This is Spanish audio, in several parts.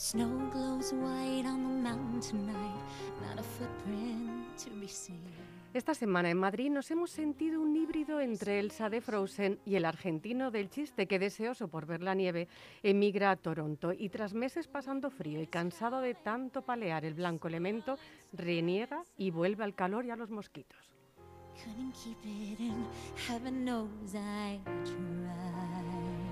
snow glows white on the mountain tonight, not a footprint to be seen. Esta semana en Madrid nos hemos sentido un híbrido entre Elsa de Frozen y el argentino del chiste que, deseoso por ver la nieve, emigra a Toronto y tras meses pasando frío y cansado de tanto palear el blanco elemento, reniega y vuelve al calor y a los mosquitos. Couldn't keep it in, heaven knows I tried.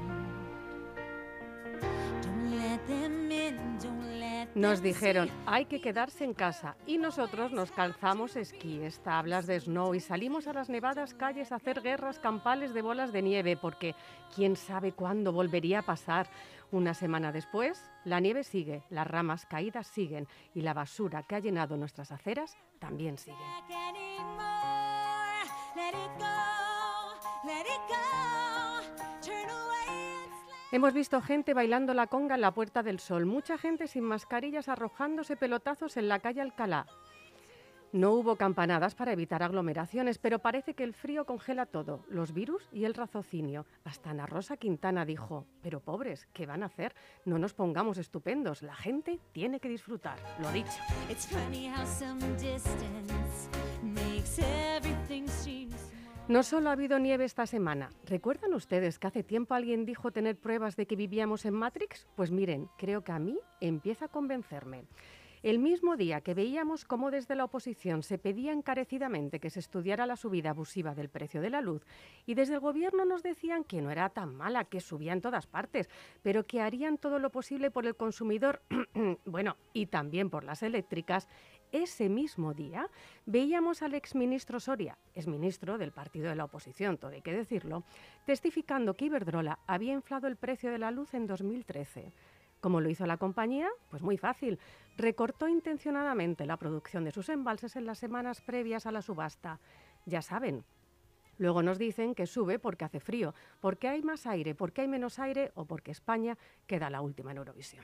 Don't let them in, don't let them Nos dijeron, hay que quedarse en casa, y nosotros nos calzamos esquíes, tablas de snow y salimos a las nevadas calles a hacer guerras campales de bolas de nieve, porque quién sabe cuándo volvería a pasar. Una semana después, la nieve sigue, las ramas caídas siguen y la basura que ha llenado nuestras aceras también sigue. back anymore. Let it go, let it go. Turn away and slide. Hemos visto gente bailando la conga en la Puerta del Sol, mucha gente sin mascarillas arrojándose pelotazos en la calle Alcalá. No hubo campanadas para evitar aglomeraciones, pero parece que el frío congela todo, los virus y el raciocinio. Hasta Ana Rosa Quintana dijo, pero pobres, ¿qué van a hacer? No nos pongamos estupendos, la gente tiene que disfrutar, lo dicho. It's funny how some distance makes everything seem small. No solo ha habido nieve esta semana. ¿Recuerdan ustedes que hace tiempo alguien dijo tener pruebas de que vivíamos en Matrix? Pues miren, creo que a mí empieza a convencerme. El mismo día que veíamos cómo desde la oposición se pedía encarecidamente que se estudiara la subida abusiva del precio de la luz y desde el gobierno nos decían que no era tan mala, que subía en todas partes, pero que harían todo lo posible por el consumidor, bueno, y también por las eléctricas, ese mismo día veíamos al exministro Soria, exministro del partido de la oposición, todo hay que decirlo, testificando que Iberdrola había inflado el precio de la luz en 2013. ¿Cómo lo hizo la compañía? Pues muy fácil. Recortó intencionadamente la producción de sus embalses en las semanas previas a la subasta. Ya saben. Luego nos dicen que sube porque hace frío, porque hay más aire, porque hay menos aire o porque España queda la última en Eurovisión.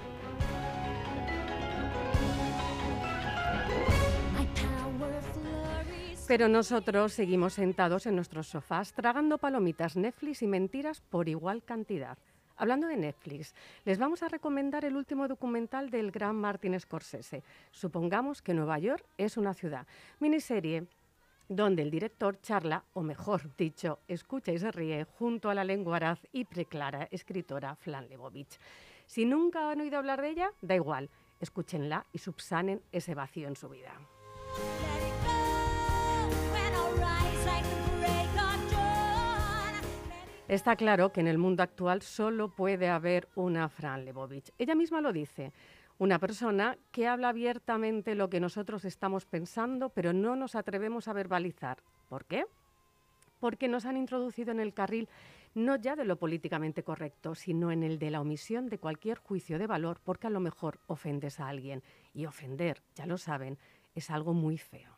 My power flurries. Pero nosotros seguimos sentados en nuestros sofás tragando palomitas, Netflix y mentiras por igual cantidad. Hablando de Netflix, les vamos a recomendar el último documental del gran Martin Scorsese. Supongamos que Nueva York es una ciudad. Miniserie donde el director charla, o mejor dicho, escucha y se ríe junto a la lenguaraz y preclara escritora Fran Lebowitz. Si nunca han oído hablar de ella, da igual. Escúchenla y subsanen ese vacío en su vida. Let it go when I rise like the break of dawn. Let it Está claro que en el mundo actual solo puede haber una Fran Lebowitz. Ella misma lo dice, una persona que habla abiertamente lo que nosotros estamos pensando, pero no nos atrevemos a verbalizar. ¿Por qué? Porque nos han introducido en el carril no ya de lo políticamente correcto, sino en el de la omisión de cualquier juicio de valor, porque a lo mejor ofendes a alguien. Y ofender, ya lo saben, es algo muy feo.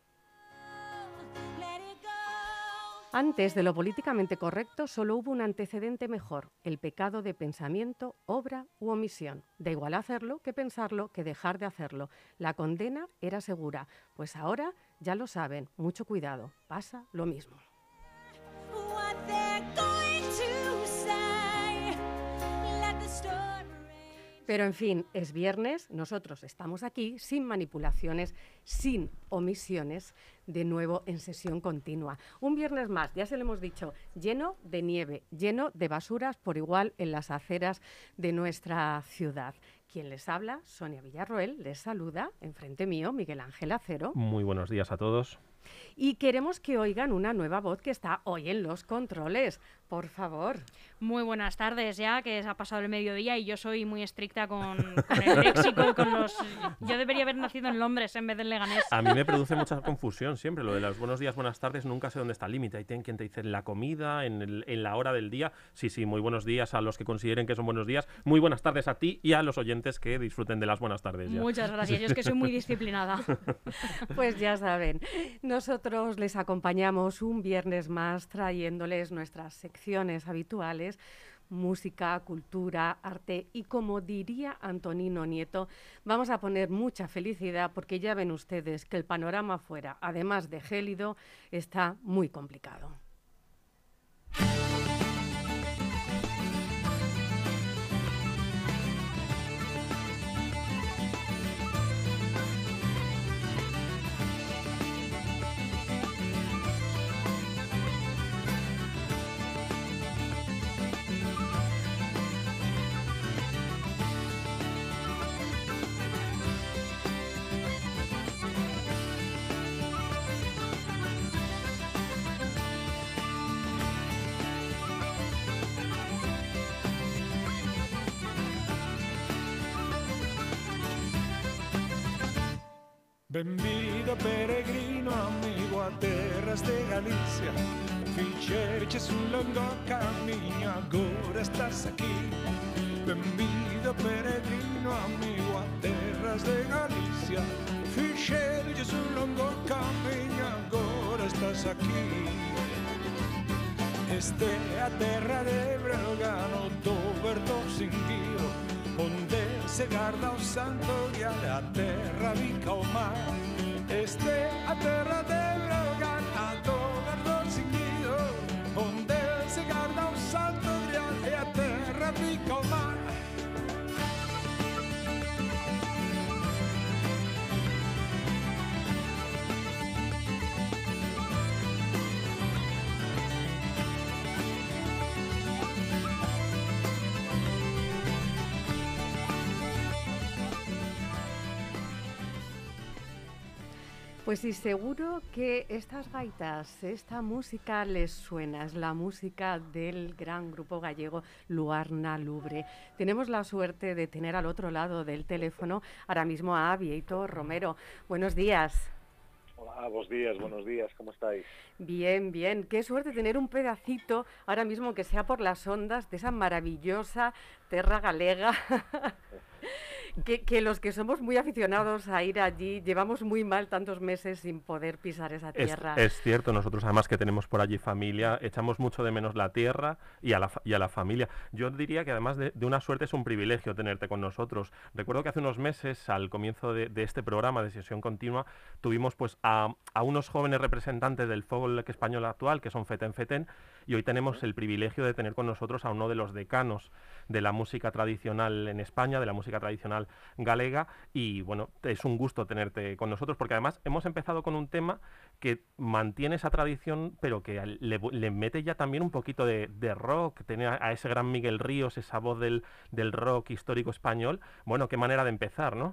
go. Antes de lo políticamente correcto, solo hubo un antecedente mejor, el pecado de pensamiento, obra u omisión. Da igual hacerlo que pensarlo, que dejar de hacerlo. La condena era segura, pues ahora ya lo saben, mucho cuidado, pasa lo mismo. What they're going to say. Let the storm rage. Pero en fin, es viernes, nosotros estamos aquí sin manipulaciones, sin omisiones, de nuevo en sesión continua. Un viernes más, ya se lo hemos dicho, lleno de nieve, lleno de basuras por igual en las aceras de nuestra ciudad. Quien les habla, Sonia Villarroel, les saluda, enfrente mío, Miguel Ángel Acero. Muy buenos días a todos. Y queremos que oigan una nueva voz que está hoy en los controles. Por favor. Muy buenas tardes ya, que ha pasado el mediodía y yo soy muy estricta con el léxico y con los... Yo debería haber nacido en Londres en vez de en Leganés. A mí me produce mucha confusión siempre lo de los buenos días, buenas tardes, nunca sé dónde está el límite. Hay quien te dice en la comida, en la hora del día. Sí, muy buenos días a los que consideren que son buenos días. Muy buenas tardes a ti y a los oyentes que disfruten de las buenas tardes ya. Muchas gracias, yo es que soy muy disciplinada. Pues ya saben, nosotros les acompañamos un viernes más trayéndoles nuestras secciones habituales, música, cultura, arte y, como diría Antonino Nieto, vamos a poner mucha felicidad porque ya ven ustedes que el panorama afuera, además de gélido, está muy complicado. Benvido peregrino amigo a terras de Galicia, fixerches un longo camiño, agora estás aquí. Benvido peregrino amigo a terras de Galicia, fixerches un longo camiño, agora estás aquí. Este é a terra de Bregano, do Berto Singuiro, onde se garda o santo guiar, a terra bica o mar. Este é a terra de Bregano, a do Berto Singuiro, onde se garda o santo guiar, e a terra bica o mar. Pues sí, seguro que estas gaitas, esta música les suena, es la música del gran grupo gallego Luarna Lubre. Tenemos la suerte de tener al otro lado del teléfono ahora mismo a Bieito Romero. Buenos días. Hola, buenos días, ¿cómo estáis? Bien, bien. Qué suerte tener un pedacito ahora mismo que sea por las ondas de esa maravillosa terra galega. Que los que somos muy aficionados a ir allí llevamos muy mal tantos meses sin poder pisar esa tierra. Es cierto, nosotros además que tenemos por allí familia, echamos mucho de menos la tierra y a la familia. Yo diría que además de una suerte es un privilegio tenerte con nosotros. Recuerdo que hace unos meses, al comienzo de este programa de Sesión Continua, tuvimos pues a unos jóvenes representantes del folk español actual, que son Feten Feten, y hoy tenemos el privilegio de tener con nosotros a uno de los decanos de la música tradicional en España, de la música tradicional galega, y bueno, es un gusto tenerte con nosotros porque además hemos empezado con un tema que mantiene esa tradición pero que le mete ya también un poquito de rock, tiene a ese gran Miguel Ríos, esa voz del rock histórico español. Bueno, qué manera de empezar, ¿no?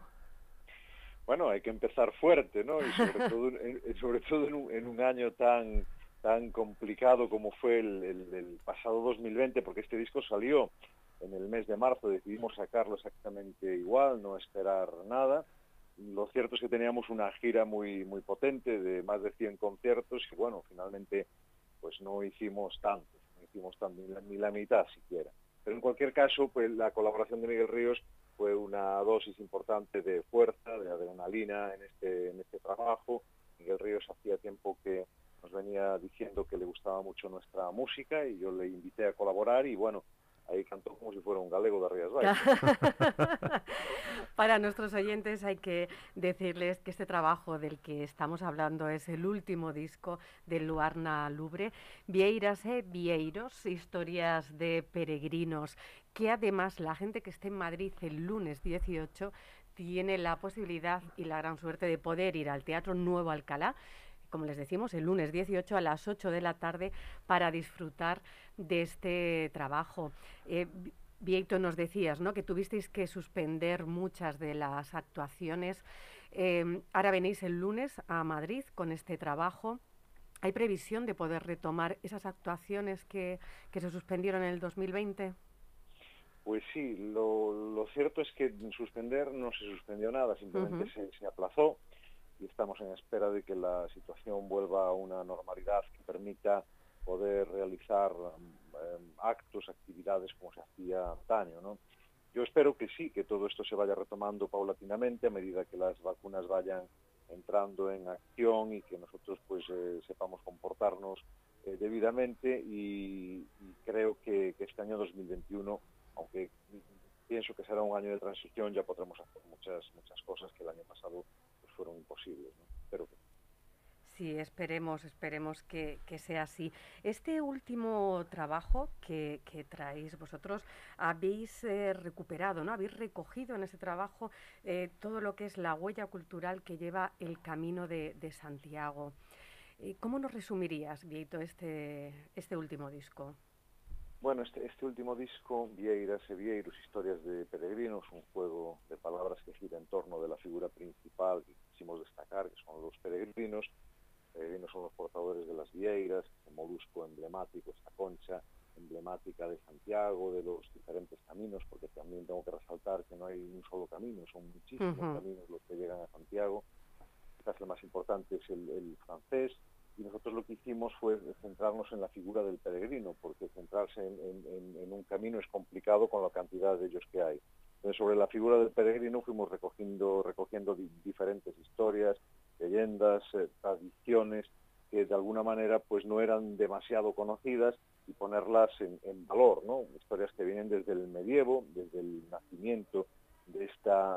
Bueno, hay que empezar fuerte, ¿no? Y sobre todo en un año tan complicado como fue el pasado 2020, porque este disco salió en el mes de marzo, decidimos sacarlo exactamente igual, no esperar nada. Lo cierto es que teníamos una gira muy potente de más de 100 conciertos y bueno, finalmente pues no hicimos tantos, ni la mitad siquiera. Pero en cualquier caso, pues la colaboración de Miguel Ríos fue una dosis importante de fuerza, de adrenalina en este trabajo. Miguel Ríos hacía tiempo que nos venía diciendo que le gustaba mucho nuestra música y yo le invité a colaborar y bueno, ahí cantó como si fuera un galego de Rías Baixas. Para nuestros oyentes hay que decirles que este trabajo del que estamos hablando es el último disco de Luarna Lubre, Vieiras e Vieiros, historias de peregrinos, que además la gente que esté en Madrid el lunes 18 tiene la posibilidad y la gran suerte de poder ir al Teatro Nuevo Alcalá, como les decimos, el lunes 18 a las 8 de la tarde para disfrutar de este trabajo. Bieito, nos decías, ¿no?, que tuvisteis que suspender muchas de las actuaciones. Ahora venís el lunes a Madrid con este trabajo. ¿Hay previsión de poder retomar esas actuaciones que se suspendieron en el 2020? Pues sí, lo cierto es que suspender no se suspendió nada, simplemente se aplazó. Y estamos en espera de que la situación vuelva a una normalidad que permita poder realizar actos, actividades como se hacía antaño, ¿no? Yo espero que sí, que todo esto se vaya retomando paulatinamente a medida que las vacunas vayan entrando en acción y que nosotros pues sepamos comportarnos debidamente y creo que este año 2021, aunque pienso que será un año de transición, ya podremos hacer muchas cosas que el año pasado fueron imposibles, ¿no? Pero sí, esperemos que sea así. Este último trabajo que traéis vosotros, habéis recuperado, ¿no? Habéis recogido en ese trabajo todo lo que es la huella cultural que lleva el Camino de Santiago. ¿Cómo nos resumirías, Bieito, este último disco? Bueno, este último disco, Vieiras e Vieiros, historias de peregrinos, un juego de palabras que gira en torno de la figura principal que quisimos destacar, que son los peregrinos. Peregrinos son los portadores de las vieiras, el molusco emblemático, esta concha emblemática de Santiago, de los diferentes caminos, porque también tengo que resaltar que no hay un solo camino, son muchísimos caminos los que llegan a Santiago. quizás el más importante es el francés, y nosotros lo que hicimos fue centrarnos en la figura del peregrino, porque centrarse en un camino es complicado con la cantidad de ellos que hay. Entonces, sobre la figura del peregrino fuimos recogiendo diferentes historias, leyendas, tradiciones, que de alguna manera pues no eran demasiado conocidas, y ponerlas en valor, ¿no? Historias que vienen desde el medievo, desde el nacimiento de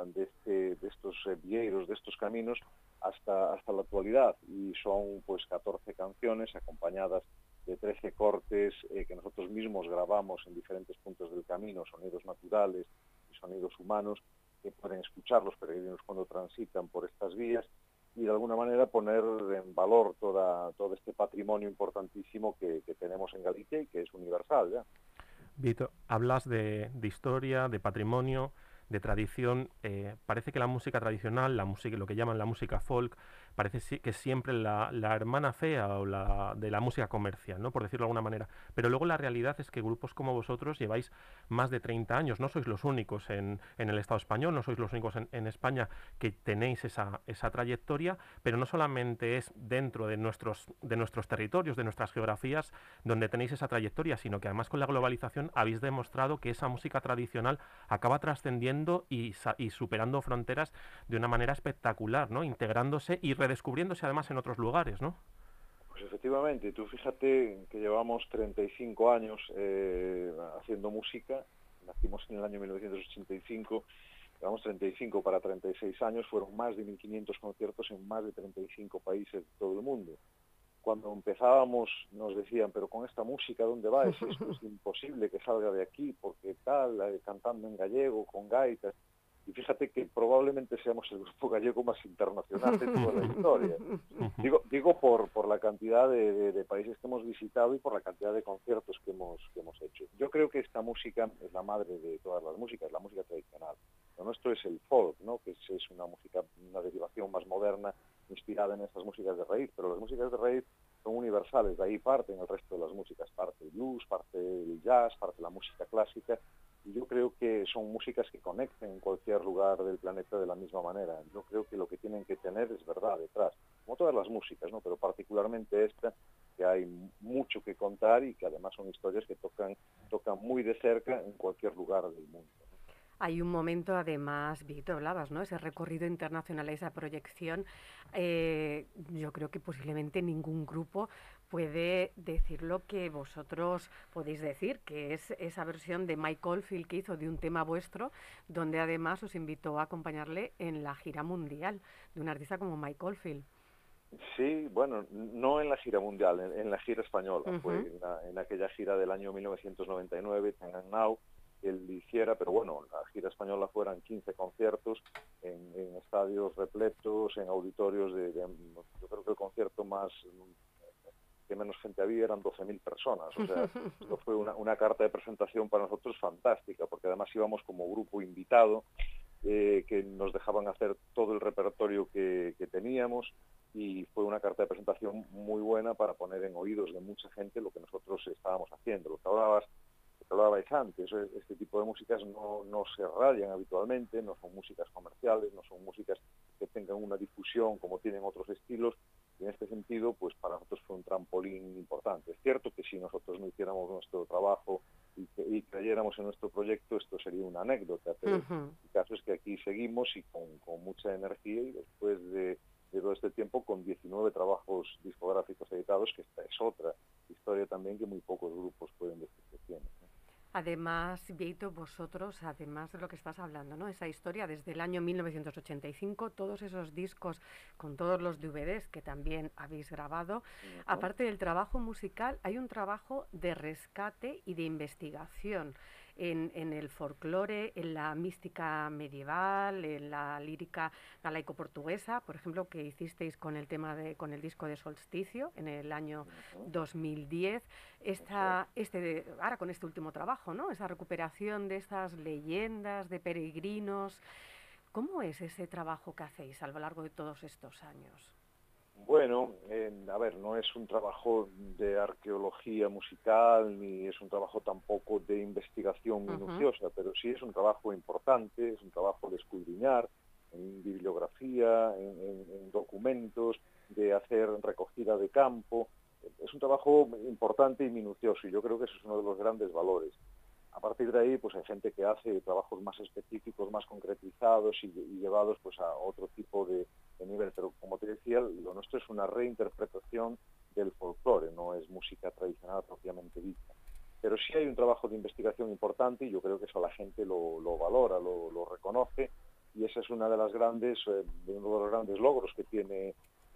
estos vieiros, de estos caminos, hasta la actualidad, y son pues 14 canciones acompañadas de 13 cortes que nosotros mismos grabamos en diferentes puntos del camino, sonidos naturales y sonidos humanos que pueden escuchar los peregrinos cuando transitan por estas vías, y de alguna manera poner en valor todo este patrimonio importantísimo que tenemos en Galicia y que es universal, ¿ya? Víctor, hablas de historia, de patrimonio, de tradición. Parece que la música tradicional, lo que llaman la música folk, parece que es siempre la hermana fea o de la música comercial, ¿no? Por decirlo de alguna manera. Pero luego la realidad es que grupos como vosotros lleváis más de 30 años, no sois los únicos en el Estado español, no sois los únicos en España que tenéis esa trayectoria, pero no solamente es dentro de nuestros territorios, de nuestras geografías, donde tenéis esa trayectoria, sino que además con la globalización habéis demostrado que esa música tradicional acaba trascendiendo y superando fronteras de una manera espectacular, ¿no? Integrándose y redescubriéndose además en otros lugares, ¿no? Pues efectivamente, tú fíjate que llevamos 35 años haciendo música, nacimos en el año 1985, llevamos 35 para 36 años, fueron más de 1.500 conciertos en más de 35 países de todo el mundo. Cuando empezábamos nos decían, pero con esta música, ¿dónde vais? Esto es imposible que salga de aquí, porque tal, cantando en gallego, con gaitas. Y fíjate que probablemente seamos el grupo gallego más internacional de toda la historia. Digo por la cantidad de países que hemos visitado y por la cantidad de conciertos que hemos hecho. Yo creo que esta música es la madre de todas las músicas, la música tradicional. Lo nuestro es el folk, ¿no? Que es una música, una derivación más moderna, inspirada en estas músicas de raíz, pero las músicas de raíz son universales, de ahí parten el resto de las músicas, parte el blues, parte el jazz, parte la música clásica, y yo creo que son músicas que conecten en cualquier lugar del planeta de la misma manera. Yo creo que lo que tienen que tener es verdad detrás, como todas las músicas, ¿no? Pero particularmente esta, que hay mucho que contar y que además son historias que tocan muy de cerca en cualquier lugar del mundo. Hay un momento, además, Víctor, hablabas, ¿no? Ese recorrido internacional, esa proyección. Yo creo que posiblemente ningún grupo puede decir lo que vosotros podéis decir, que es esa versión de Mike Oldfield que hizo de un tema vuestro, donde además os invitó a acompañarle en la gira mundial de un artista como Mike Oldfield. Sí, bueno, no en la gira mundial, en la gira española. Uh-huh. Fue en aquella gira del año 1999, Ten and Now, que él hiciera, pero bueno, la gira española fueran 15 conciertos en estadios repletos, en auditorios yo creo que el concierto más que menos gente había eran 12.000 personas. O sea, esto fue una carta de presentación para nosotros fantástica, porque además íbamos como grupo invitado, que nos dejaban hacer todo el repertorio que teníamos, y fue una carta de presentación muy buena para poner en oídos de mucha gente lo que nosotros estábamos haciendo. Lo que hablabais antes, este tipo de músicas no se rayan habitualmente, no son músicas comerciales, no son músicas que tengan una difusión como tienen otros estilos, y en este sentido, pues para nosotros fue un trampolín importante. Es cierto que si nosotros no hiciéramos nuestro trabajo y creyéramos en nuestro proyecto, esto sería una anécdota, pero el caso es que aquí seguimos y con mucha energía, y después de todo este tiempo con 19 trabajos discográficos editados, que esta es otra historia también que muy pocos grupos pueden decir que tienen, ¿no? Además, Vieito, vosotros, además de lo que estás hablando, ¿no? Esa historia desde el año 1985, todos esos discos con todos los DVDs que también habéis grabado, aparte del trabajo musical, hay un trabajo de rescate y de investigación en el folclore, en la mística medieval, en la lírica galaico-portuguesa, por ejemplo, que hicisteis con el con el disco de Solsticio en el año 2010. Ahora con este último trabajo, ¿no? Esa recuperación de estas leyendas de peregrinos. ¿Cómo es ese trabajo que hacéis a lo largo de todos estos años? Bueno, a ver, no es un trabajo de arqueología musical, ni es un trabajo tampoco de investigación minuciosa, pero sí es un trabajo importante, es un trabajo de escudriñar, en bibliografía, en documentos, de hacer recogida de campo. Es un trabajo importante y minucioso, y yo creo que eso es uno de los grandes valores. A partir de ahí, pues hay gente que hace trabajos más específicos, más concretizados y llevados pues a otro tipo de nivel. Pero como te decía, lo nuestro es una reinterpretación del folclore, no es música tradicional propiamente dicha. Pero sí hay un trabajo de investigación importante y yo creo que eso la gente lo valora, lo reconoce, y esa es una de las grandes, uno de los grandes logros que tiene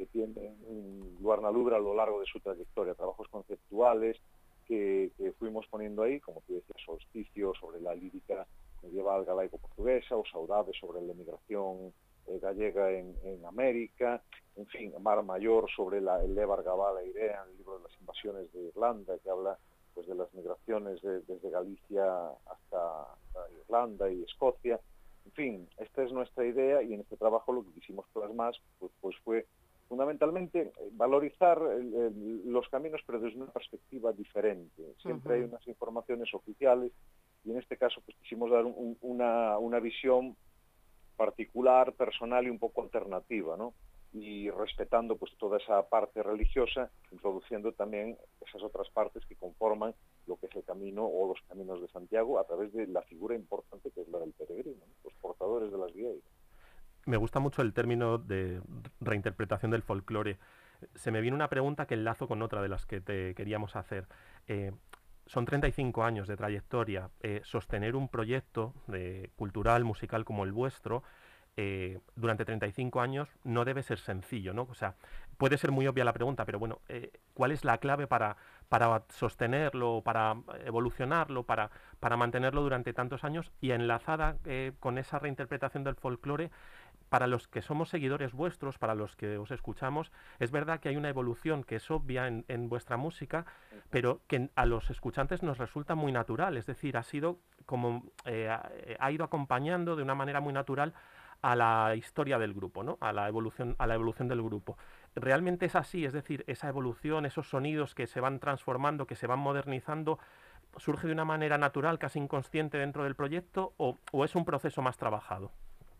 Luarna Lubre a lo largo de su trayectoria. Trabajos conceptuales que fuimos poniendo ahí, como tú decías, Solsticio sobre la lírica medieval galaico-portuguesa, o Saudade sobre la emigración gallega en América, en fin, Mar Mayor sobre el Lévar Gabal e Irea, el libro de las invasiones de Irlanda, que habla pues de las migraciones desde Galicia hasta Irlanda y Escocia. En fin, esta es nuestra idea, y en este trabajo lo que quisimos plasmar pues fue fundamentalmente valorizar los caminos, pero desde una perspectiva diferente. Siempre hay unas informaciones oficiales, y en este caso pues quisimos dar una visión particular, personal y un poco alternativa, ¿no? Y respetando pues toda esa parte religiosa, introduciendo también esas otras partes que conforman lo que es el camino o los caminos de Santiago, a través de la figura importante que es la del peregrino, ¿no? Los portadores de las guías. Me gusta mucho el término de reinterpretación del folclore. Se me viene una pregunta que enlazo con otra de las que te queríamos hacer. Son 35 años de trayectoria. Sostener un proyecto cultural, musical como el vuestro, durante 35 años no debe ser sencillo, ¿no? O sea, puede ser muy obvia la pregunta, pero bueno, ¿cuál es la clave para sostenerlo, para evolucionarlo, para mantenerlo durante tantos años? Y enlazada con esa reinterpretación del folclore, para los que somos seguidores vuestros, para los que os escuchamos, es verdad que hay una evolución que es obvia en vuestra música, pero que a los escuchantes nos resulta muy natural. Es decir, ha sido como ha ido acompañando de una manera muy natural a la historia del grupo, ¿no? A la evolución del grupo. ¿Realmente es así? Es decir, esa evolución, esos sonidos que se van transformando, que se van modernizando, ¿surge de una manera natural, casi inconsciente dentro del proyecto, o es un proceso más trabajado?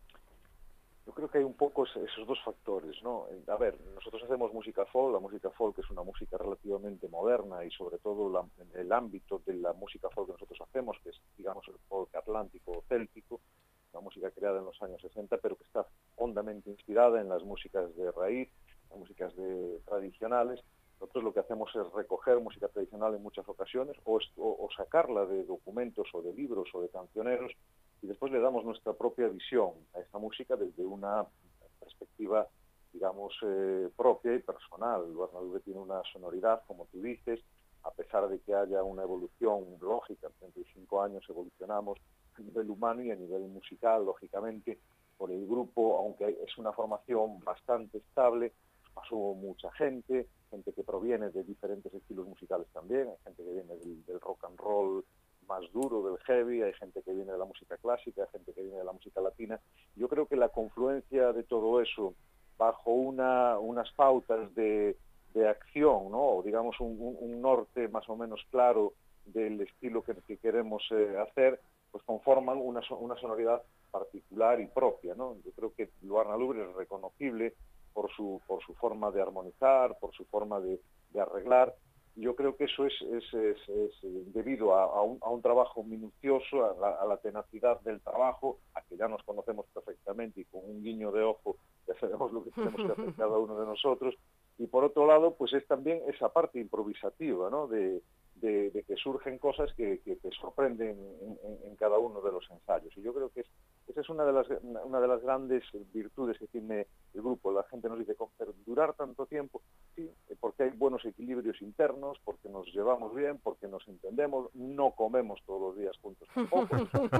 Yo creo que hay un poco esos dos factores, ¿no? A ver, nosotros hacemos música folk. La música folk es una música relativamente moderna, y sobre todo el ámbito de la música folk que nosotros hacemos, que es, digamos, el folk atlántico o céltico, una música creada en los años 60, pero que está hondamente inspirada en las músicas de raíz, las músicas tradicionales. Nosotros lo que hacemos es recoger música tradicional en muchas ocasiones, o sacarla de documentos o de libros o de cancioneros, y después le damos nuestra propia visión a esta música desde una perspectiva, digamos, propia y personal. Luarna Lubre tiene una sonoridad, como tú dices, a pesar de que haya una evolución lógica. En 35 años evolucionamos a nivel humano y a nivel musical, lógicamente, por el grupo, aunque es una formación bastante estable. Pasó mucha gente que proviene de diferentes estilos musicales también. Hay gente que viene del rock and roll más duro, del heavy, hay gente que viene de la música clásica, hay gente que viene de la música latina. Yo creo que la confluencia de todo eso bajo unas pautas de acción, ¿no? O digamos un norte más o menos claro del estilo que queremos hacer, pues conforman una sonoridad particular y propia, ¿no? Yo creo que Luarna Lubre es reconocible por su forma de armonizar, por su forma de arreglar. Yo creo que eso es debido a un trabajo minucioso, a la tenacidad del trabajo, a que ya nos conocemos perfectamente y con un guiño de ojo ya sabemos lo que tenemos que hacer cada uno de nosotros. Y por otro lado, pues es también esa parte improvisativa, ¿no? De que surgen cosas que sorprenden en cada uno de los ensayos. Y yo creo que esa es una de las grandes virtudes que tiene el grupo. La gente nos dice, pero durar tanto tiempo, sí, porque hay buenos equilibrios internos, porque nos llevamos bien, porque nos entendemos, no comemos todos los días juntos tampoco,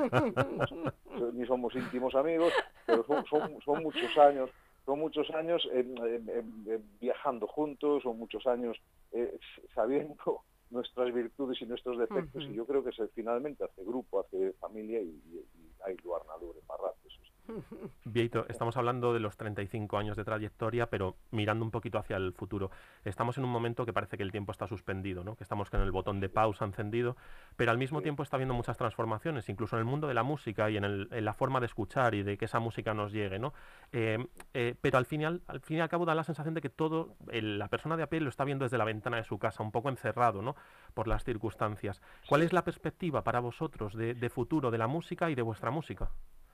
ni somos íntimos amigos, pero son muchos años. Son muchos años viajando juntos, son muchos años sabiendo nuestras virtudes y nuestros defectos, y yo creo que finalmente hace grupo, hace familia, y hay Luarna Lubre para rato, eso sí. Vieito, estamos hablando de los 35 años de trayectoria, pero mirando un poquito hacia el futuro. Estamos en un momento que parece que el tiempo está suspendido, ¿no? Que estamos con el botón de pausa encendido, pero al mismo tiempo está habiendo muchas transformaciones, incluso en el mundo de la música y en la forma de escuchar y de que esa música nos llegue, ¿no? Pero al fin y al cabo da la sensación de que la persona de a pie lo está viendo desde la ventana de su casa, un poco encerrado, ¿no? Por las circunstancias. ¿Cuál es la perspectiva para vosotros de futuro de la música y de vuestra música?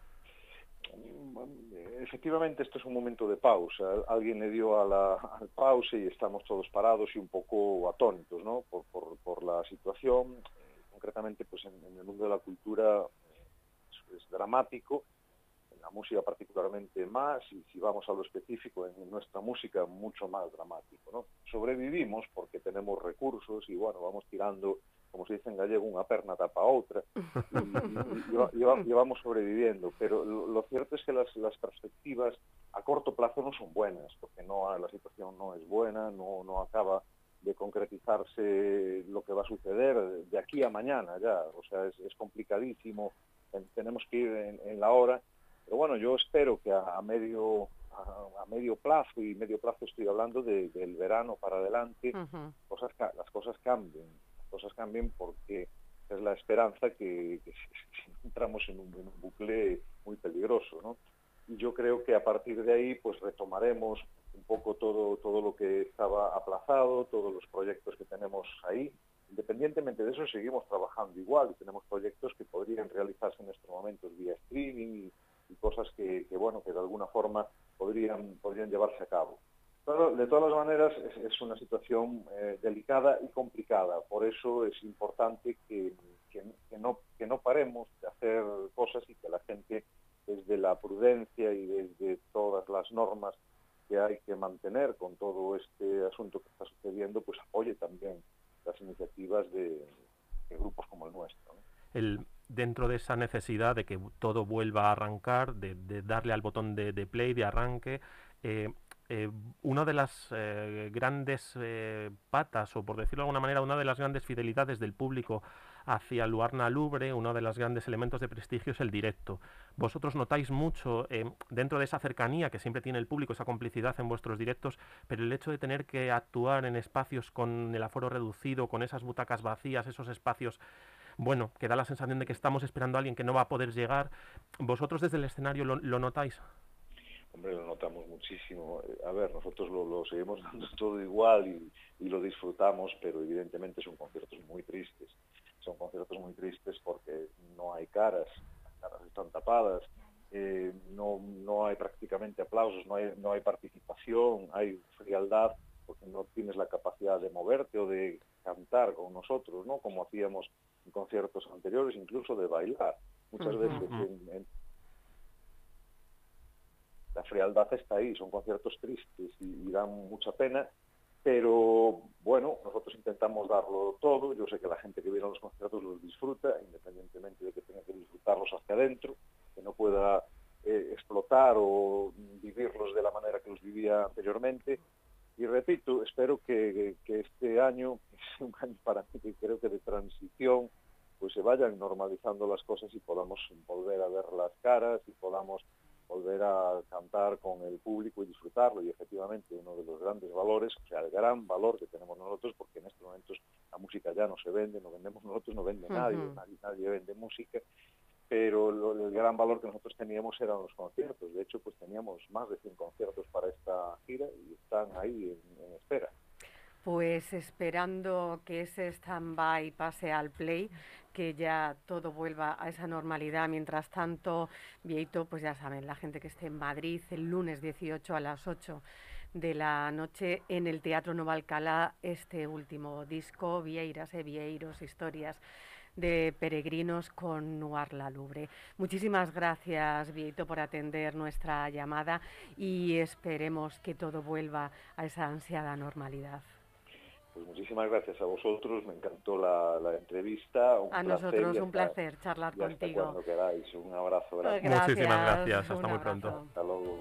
Efectivamente, esto es un momento de pausa. Alguien le dio al pause y estamos todos parados y un poco atónitos, ¿no? Por la situación. Concretamente, pues en el mundo de la cultura es dramático, en la música particularmente más, y si vamos a lo específico, en nuestra música mucho más dramático, ¿no? Sobrevivimos porque tenemos recursos y, bueno, vamos tirando, como se dice en gallego, unha perna tapa a outra, y vamos sobreviviendo, pero lo cierto es que las perspectivas a corto plazo no son buenas, porque la situación no es buena, no acaba de concretizarse lo que va a suceder de aquí a mañana ya, o sea, es complicadísimo, tenemos que ir en la hora, pero bueno, yo espero que a medio plazo, y medio plazo estoy hablando del verano para adelante, las cosas cambien porque es la esperanza que entramos en un bucle muy peligroso, ¿no? Y yo creo que a partir de ahí pues retomaremos un poco todo lo que estaba aplazado, todos los proyectos que tenemos ahí. Independientemente de eso, seguimos trabajando igual y tenemos proyectos que podrían realizarse en estos momentos vía streaming y cosas que de alguna forma podrían llevarse a cabo. Pero de todas las maneras es una situación delicada y complicada, por eso es importante que no paremos de hacer cosas y que la gente, desde la prudencia y desde todas las normas que hay que mantener con todo este asunto que está sucediendo, pues apoye también las iniciativas de grupos como el nuestro, ¿no? Dentro de esa necesidad de que todo vuelva a arrancar, de darle al botón de play, de arranque, una de las grandes patas, o por decirlo de alguna manera, una de las grandes fidelidades del público hacia Luarna Lubre, uno de los grandes elementos de prestigio es el directo. Vosotros notáis mucho dentro de esa cercanía que siempre tiene el público, esa complicidad en vuestros directos, pero el hecho de tener que actuar en espacios con el aforo reducido, con esas butacas vacías, esos espacios, bueno, que da la sensación de que estamos esperando a alguien que no va a poder llegar, ¿vosotros desde el escenario lo notáis? Hombre, lo notamos muchísimo. A ver, nosotros lo seguimos dando todo igual y lo disfrutamos, pero evidentemente son conciertos muy tristes. Son conciertos muy tristes porque no hay caras, las caras están tapadas, no hay prácticamente aplausos, no hay participación, hay frialdad porque no tienes la capacidad de moverte o de cantar con nosotros, ¿no? Como hacíamos en conciertos anteriores, incluso de bailar. Muchas veces la frialdad está ahí, son conciertos tristes y dan mucha pena, pero bueno, nosotros intentamos darlo todo. Yo sé que la gente que viene a los conciertos los disfruta, independientemente de que tenga que disfrutarlos hacia adentro, que no pueda explotar o vivirlos de la manera que los vivía anteriormente. Y repito, espero que este año, que es un año para mí que creo que de transición, pues se vayan normalizando las cosas y podamos volver a ver las caras y podamos volver a cantar con el público y disfrutarlo. Y efectivamente uno de los grandes valores, o sea, el gran valor que tenemos nosotros, porque en estos momentos la música ya no se vende, no vendemos nosotros, no vende nadie vende música, pero el gran valor que nosotros teníamos eran los conciertos. De hecho, pues teníamos más de 100 conciertos para esta gira y están ahí en espera. Pues esperando que ese stand-by pase al play, que ya todo vuelva a esa normalidad. Mientras tanto, Vieito, pues ya saben, la gente que esté en Madrid el lunes 18 a las 8 de la noche en el Teatro Nova Alcalá, este último disco, Vieiras e Vieiros, historias de peregrinos con Luarna Lubre. Muchísimas gracias, Vieito, por atender nuestra llamada y esperemos que todo vuelva a esa ansiada normalidad. Pues muchísimas gracias a vosotros, me encantó la entrevista. A nosotros un placer charlar contigo. Hasta cuando queráis, un abrazo. Gracias. Muchísimas gracias, hasta muy pronto. Hasta luego.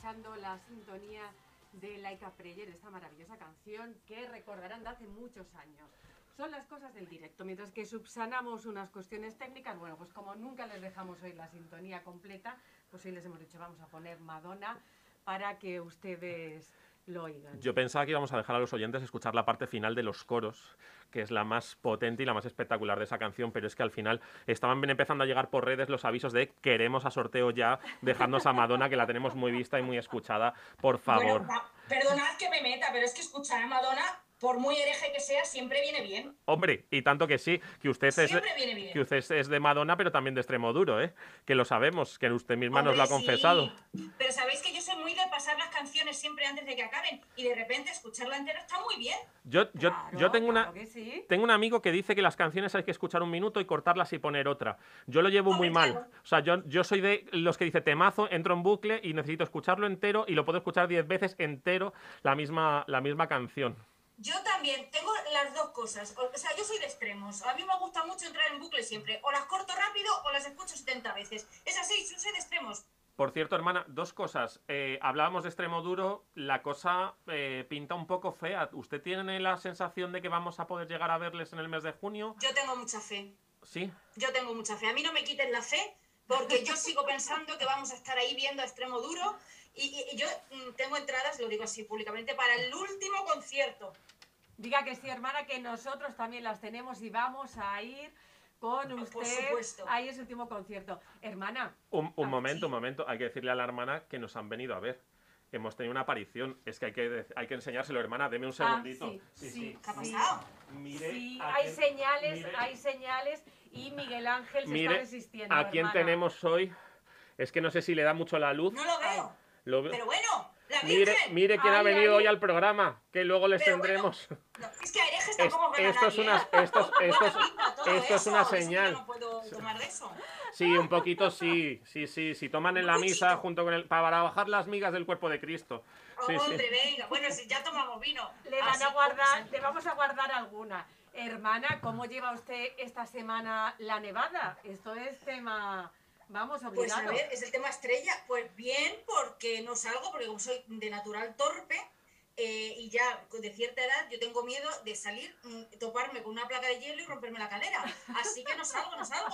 escuchando la sintonía de Laika Preyer, esta maravillosa canción que recordarán de hace muchos años. Son las cosas del directo, mientras que subsanamos unas cuestiones técnicas. Bueno, pues como nunca les dejamos hoy la sintonía completa, pues hoy les hemos dicho vamos a poner Madonna para que ustedes lo oigan. Yo pensaba que íbamos a dejar a los oyentes escuchar la parte final de los coros, que es la más potente y la más espectacular de esa canción, pero es que al final estaban empezando a llegar por redes los avisos de queremos a sorteo ya, dejadnos a Madonna, que la tenemos muy vista y muy escuchada, por favor. Bueno, perdonad que me meta, pero es que escuchar a Madonna, por muy hereje que sea, siempre viene bien. Hombre, y tanto que sí, que usted Siempre viene bien. que usted es de Madonna, pero también de Extremoduro, ¿eh? Que lo sabemos, que usted misma nos Hombre, lo ha sí, confesado. pero sabéis que yo soy muy de pasar las canciones siempre antes de que acaben y de repente escucharla entera está muy bien. Yo tengo Claro que sí. tengo un amigo que dice que las canciones hay que escuchar un minuto y cortarlas y poner otra. Yo lo llevo muy mal. Claro. O sea, yo soy de los que dice temazo, entro en bucle y necesito escucharlo entero y lo puedo escuchar 10 veces entero la misma canción. Yo también tengo las dos cosas. O sea, yo soy de extremos. A mí me gusta mucho entrar en bucle siempre. O las corto rápido o las escucho 70 veces. Es así, yo soy de extremos. Por cierto, hermana, dos cosas. Hablábamos de Extremoduro, la cosa pinta un poco fea. ¿Usted tiene la sensación de que vamos a poder llegar a verles en el mes de junio? Yo tengo mucha fe. Sí. Yo tengo mucha fe. A mí no me quiten la fe porque yo sigo pensando que vamos a estar ahí viendo a Extremoduro y yo tengo entradas, lo digo así públicamente, para el último concierto. Diga que sí, hermana, que nosotros también las tenemos y vamos a ir con usted. Por supuesto. Ahí es el último concierto. Hermana. Un momento. Hay que decirle a la hermana que nos han venido a ver. Hemos tenido una aparición. Es que hay que enseñárselo, hermana. Deme un segundito. Sí. ¿Qué ha pasado? Mire, Sí, a hay quién- señales, mire- hay señales y Miguel Ángel se Mire, está resistiendo. ¿a quién hermana. tenemos hoy? Es que no sé si le da mucho la luz. No lo veo. Lo ve- Pero bueno, la Mire, Virgen. mire quién ha Ay, venido ay. hoy al programa, que luego les Pero tendremos. No, es que a herejes tampoco gana esto es nadie, una- ¿eh? esto es- Buena esto es- pinta todo esto es una eso, yo señal. no puedo tomar de eso. Sí, un poquito sí. Si toman en la Un misa poquito. junto con el para bajar las migas del cuerpo de Cristo. Sí, sí. Hombre, venga. Bueno, si ya tomamos vino. Le van Así a guardar, pues, le vamos a guardar alguna. Hermana, ¿cómo lleva usted esta semana la nevada? Esto es tema, vamos, Pues obligado. a ver, es el tema estrella. Pues bien, porque no salgo, porque como soy de natural torpe y ya de cierta edad, yo tengo miedo de salir, toparme con una placa de hielo y romperme la cadera. Así que no salgo.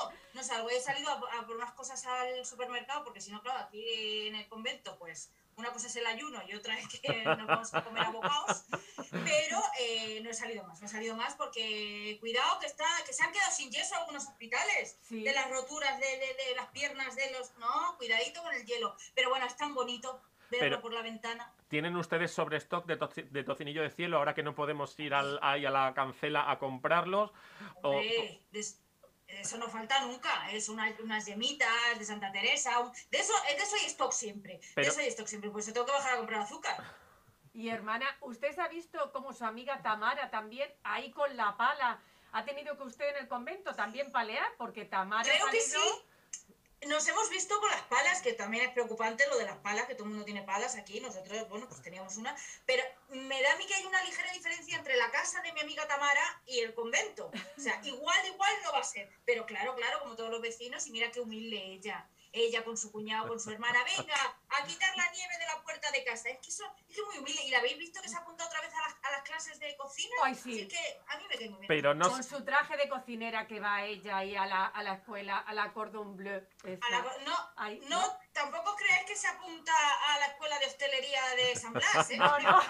He salido a por unas cosas al supermercado, porque si no, claro, aquí en el convento, pues una cosa es el ayuno y otra es que nos vamos a comer a bocaos. Pero no he salido más porque cuidado que se han quedado sin yeso algunos hospitales. Sí. De las roturas de las piernas de los... No, cuidadito con el hielo. Pero bueno, es tan bonito verlo Pero- por la ventana. ¿Tienen ustedes sobrestock de tocinillo de cielo ahora que no podemos ir ahí a la cancela a comprarlos? Hombre, eso no falta nunca. Es unas yemitas de Santa Teresa. De eso hay stock siempre. Pero- De eso hay stock siempre. Pues tengo que bajar a comprar azúcar. Y hermana, ¿usted se ha visto como su amiga Tamara también ahí con la pala? ¿Ha tenido que usted en el convento también palear? Porque Tamara Creo ha que salido... sí. Nos hemos visto con las palas, que también es preocupante lo de las palas, que todo el mundo tiene palas aquí. Nosotros, bueno, pues teníamos una. Pero me da a mí que hay una ligera diferencia entre la casa de mi amiga Tamara y el convento. O sea, igual no va a ser. Pero claro, como todos los vecinos, y mira qué humilde ella. Ella con su cuñado, con su hermana, venga, a quitar la nieve de la puerta de casa. Es que es muy humilde. ¿Y la habéis visto que se apunta otra vez a las clases de cocina? Ay, sí. Así que a mí me cae muy bien. Pero no... Con su traje de cocinera que va ella ahí a la escuela, a la Cordon Bleu. esta. Ay, No, tampoco crees que se apunta a la escuela de hostelería de San Blas, ¿eh? No, no.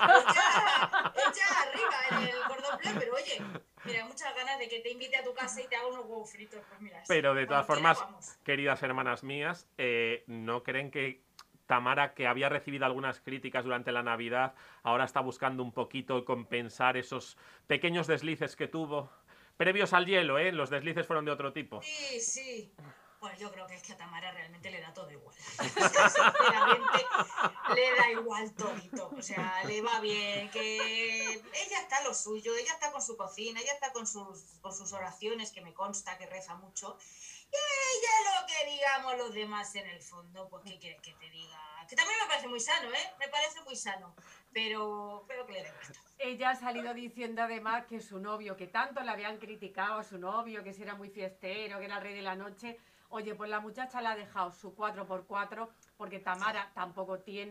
Ella arriba en el cordón bleu, pero oye, mira, muchas ganas de que te invite a tu casa y te haga unos huevos fritos, pues mira. Pero de todas cuando quiera, formas, vamos. queridas hermanas mías, ¿no creen que Tamara, que había recibido algunas críticas durante la Navidad, ahora está buscando un poquito compensar esos pequeños deslices que tuvo? Previos al hielo, ¿eh? Los deslices fueron de otro tipo. Sí. Pues yo creo que es que a Tamara realmente le da todo igual. Sinceramente, le da igual todito. O sea, le va bien, que ella está a lo suyo, ella está con su cocina, ella está con sus oraciones, que me consta que reza mucho. Y ella lo que digamos los demás en el fondo, pues ¿qué quieres que te diga? Que también me parece muy sano, ¿eh? Me parece muy sano. Pero que le dé gusto. Ella ha salido diciendo además que su novio, que tanto le habían criticado a su novio, que si era muy fiestero, que era el rey de la noche. Oye, pues la muchacha le ha dejado su 4x4 porque Tamara tampoco tiene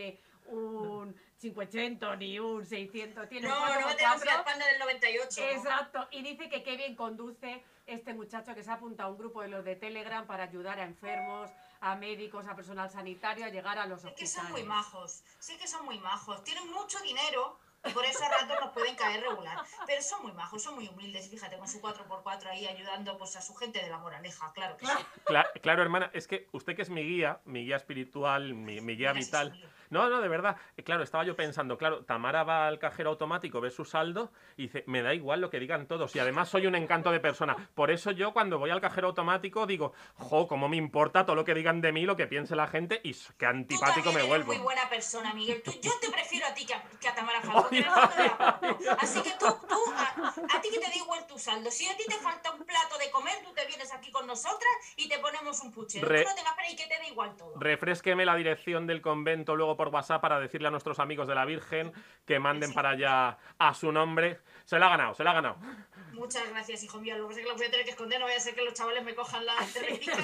un 500 ni un 600, tiene No, un no 4x4. tenemos la espalda del 98. ¿no? Exacto, y dice que qué bien conduce este muchacho que se ha apuntado a un grupo de los de Telegram para ayudar a enfermos, a médicos, a personal sanitario a llegar a los Es que hospitales. son muy majos, sí que son muy majos. Tienen mucho dinero y por eso a ratos nos pueden caer regular. Pero son muy majos, son muy humildes. Fíjate, con su 4x4 ahí ayudando pues a su gente de la Moraleja, claro que sí. Claro, hermana, es que usted que es mi guía espiritual, mi guía Mira, si vital. soy yo. No, de verdad. Claro, estaba yo pensando, claro, Tamara va al cajero automático, ve su saldo y dice, me da igual lo que digan todos. Y además soy un encanto de persona. Por eso yo cuando voy al cajero automático digo, jo, cómo me importa todo lo que digan de mí, lo que piense la gente y qué antipático Tú me también vuelvo. eres muy buena persona, Miguel. Yo te prefiero a ti que a Tamara Falcó, que en el fondo de la foto. Así que a ti que te da igual tu saldo. Si a ti te falta un plato de comer, tú te vienes aquí con nosotras y te ponemos un puchero. Tú no tengas pena y que te da igual todo. Refrésqueme la dirección del convento luego por WhatsApp para decirle a nuestros amigos de la Virgen que manden para allá a su nombre. Se la ha ganado, se la ha ganado. Muchas gracias, hijo mío. Lo que pasa es que lo voy a tener que esconder, no vaya a ser que los chavales me cojan las técnicas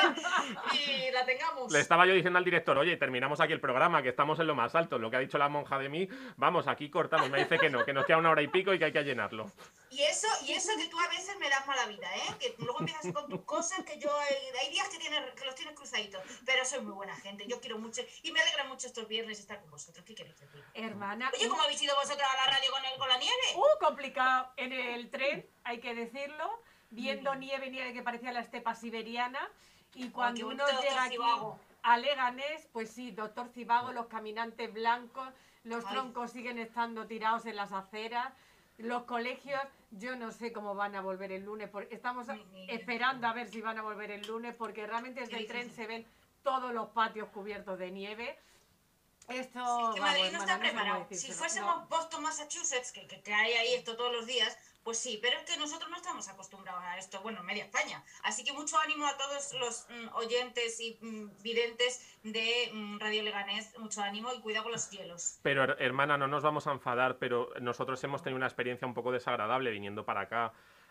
y la tengamos. Le estaba yo diciendo al director, oye, terminamos aquí el programa, que estamos en lo más alto. Lo que ha dicho la monja de mí, vamos, aquí cortamos. Me dice que no, que nos queda 1 hora y pico y que hay que llenarlo. Y eso que tú a veces me das mala vida, ¿eh? Que luego empiezas con tus cosas, que yo hay días que los tienes cruzaditos. Pero soy muy buena gente, yo quiero mucho y me alegra mucho estos viernes estar con vosotros. ¿Qué queréis decir? Hermana, Oye, ¿cómo habéis ido vosotros a la radio con la nieve? complicado en el tren, hay que decirlo, viendo nieve que parecía la estepa siberiana, y cuando qué uno bonito, llega doctor aquí Zivago. a Leganés, pues sí, doctor Zivago, los caminantes blancos, los Ay. troncos siguen estando tirados en las aceras, los colegios, yo no sé cómo van a volver el lunes, porque estamos esperando a ver si van a volver el lunes, porque realmente desde el tren se ven todos los patios cubiertos de nieve. Esto, Es que Madrid no hermana, está sé cómo preparado. Si decírselo. fuésemos No. Boston, Massachusetts, que hay ahí esto todos los días, pues sí, pero es que nosotros no estamos acostumbrados a esto, bueno, media España. Así que mucho ánimo a todos los oyentes y videntes de Radio Leganés, mucho ánimo y cuidado con los hielos. Pero, hermana, no nos vamos a enfadar, pero nosotros hemos tenido una experiencia un poco desagradable viniendo para acá.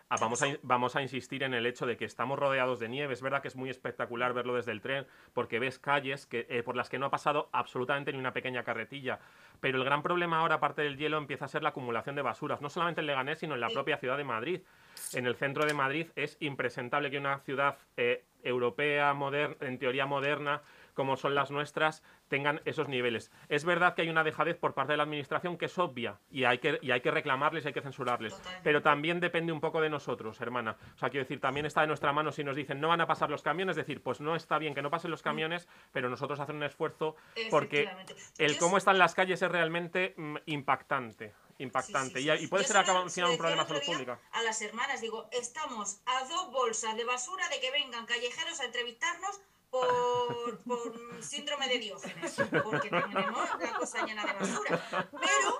Vamos a insistir en el hecho de que estamos rodeados de nieve. Es verdad que es muy espectacular verlo desde el tren, porque ves calles por las que no ha pasado absolutamente ni una pequeña carretilla. Pero el gran problema ahora, aparte del hielo, empieza a ser la acumulación de basuras, no solamente en Leganés, sino en la propia ciudad de Madrid. En el centro de Madrid es impresentable que una ciudad europea, en teoría moderna, como son las nuestras, tengan esos niveles. Es verdad que hay una dejadez por parte de la administración que es obvia y hay que reclamarles, hay que censurarles. Totalmente. Pero también depende un poco de nosotros, hermana. O sea, quiero decir, también está de nuestra mano si nos dicen no van a pasar los camiones, decir, pues no está bien que no pasen los camiones, pero nosotros hacer un esfuerzo porque Efectivamente. el Yo cómo s- están las calles es realmente impactante. Impactante. Sí, sí, sí. Y puede Yo ser se lo un decía problema de el otro salud día pública. a las hermanas, digo, estamos a 2 bolsas de basura de que vengan callejeros a entrevistarnos por síndrome de Diógenes, porque tenemos la cosa llena de basura. Pero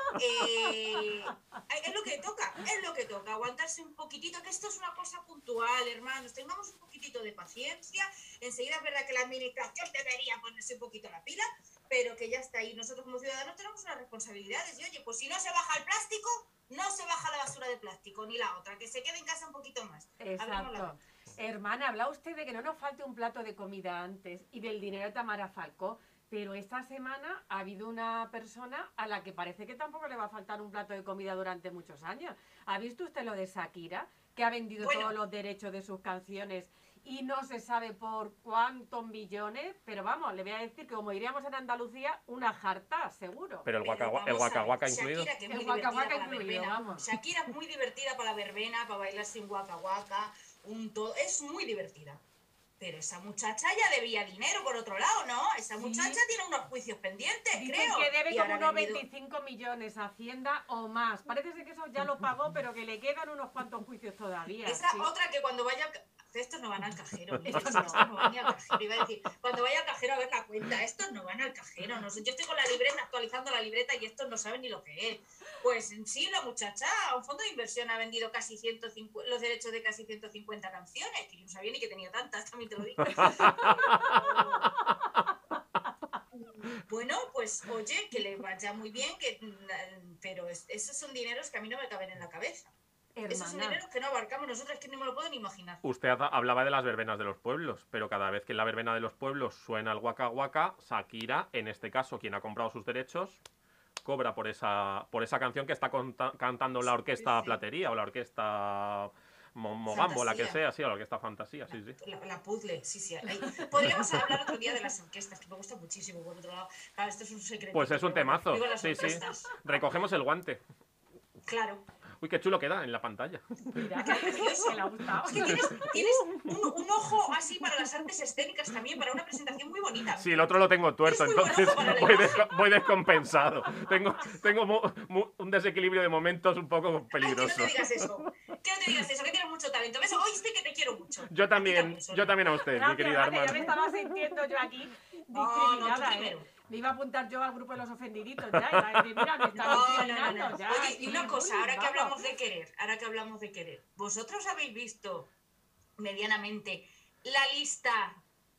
es lo que toca, aguantarse un poquitito, que esto es una cosa puntual, hermanos, tengamos un poquitito de paciencia. Enseguida es verdad que la administración debería ponerse un poquito la pila, pero que ya está ahí. Nosotros como ciudadanos tenemos unas responsabilidades y oye, pues si no se baja el plástico, no se baja la basura de plástico, ni la otra, que se quede en casa un poquito más. Hablemos la Exacto. verdad. Hermana, habla usted de que no nos falte un plato de comida antes y del dinero de Tamara Falcó, pero esta semana ha habido una persona a la que parece que tampoco le va a faltar un plato de comida durante muchos años. ¿Ha visto usted lo de Shakira, que ha vendido Bueno. todos los derechos de sus canciones y no se sabe por cuántos millones? Pero vamos, le voy a decir que como diríamos en Andalucía, una jarta, seguro. Pero el Pero guaca vamos a ver, incluido. Shakira, que es El muy guaca divertida guaca para la incluido, verbena. vamos. Shakira es muy divertida para la verbena, para bailar sin guaca guaca, es muy divertida. Pero esa muchacha ya debía dinero por otro lado, ¿no? Esa Sí. muchacha tiene unos juicios pendientes, Dicen creo. que debe Y como ahora ha unos vendido- 25 millones a Hacienda o más. Parece ser que eso ya lo pagó, pero que le quedan unos cuantos juicios todavía. Esa sí. otra que cuando vaya... Estos no van al cajero, mira, Estos estos no van ni al cajero. Iba a decir, cuando vaya al cajero a ver la cuenta, estos no van al cajero. No sé, yo estoy con la libreta, actualizando la libreta y estos no saben ni lo que es. Pues en sí, la muchacha, a un fondo de inversión ha vendido casi 150, los derechos de casi 150 canciones, que yo no sabía ni que tenía tantas, también te lo digo. Bueno, pues oye, que le vaya muy bien, pero esos son dineros que a mí no me caben en la cabeza. Esos Hermana. dineros que no abarcamos nosotras, que no me lo puedo ni imaginar. Usted hablaba de las verbenas de los pueblos, pero cada vez que en la verbena de los pueblos suena el Waka Waka, Shakira, en este caso, quien ha comprado sus derechos, cobra por esa canción que está cantando la orquesta sí. Platería o la orquesta Mogambo, la que Fantasía. sea, sí, o la orquesta Fantasía, sí, sí. La puzzle, sí. Ahí. Podríamos hablar otro día de las orquestas, que me gusta muchísimo, por otro lado. Claro, esto es un secreto. Pues es un temazo, Digo, las sí, sí. orquestas. Recogemos el guante. Claro. Uy, qué chulo queda en la pantalla. Mira, Qué precioso. que le ha gustado. Es que tienes un ojo así para las artes escénicas también, para una presentación muy bonita. Sí, el otro lo tengo tuerto, Es muy buen entonces ojo para la voy descompensado. Tengo un desequilibrio de momentos un poco Ay, que no peligroso. te digas eso. Que no te digas eso, que tienes mucho talento. ¿Ves? Oíste que te quiero mucho. Yo A ti también Sonia. a usted, mi Gracias, querida gracias, ya me hermana. estaba sintiendo yo aquí No, tú discriminada, primero. Me iba a apuntar yo al grupo de los ofendiditos ya, iba a decir, mira, me están discriminando ya. Oye, y una cosa, ahora que vamos. hablamos de querer, ¿vosotros habéis visto medianamente la lista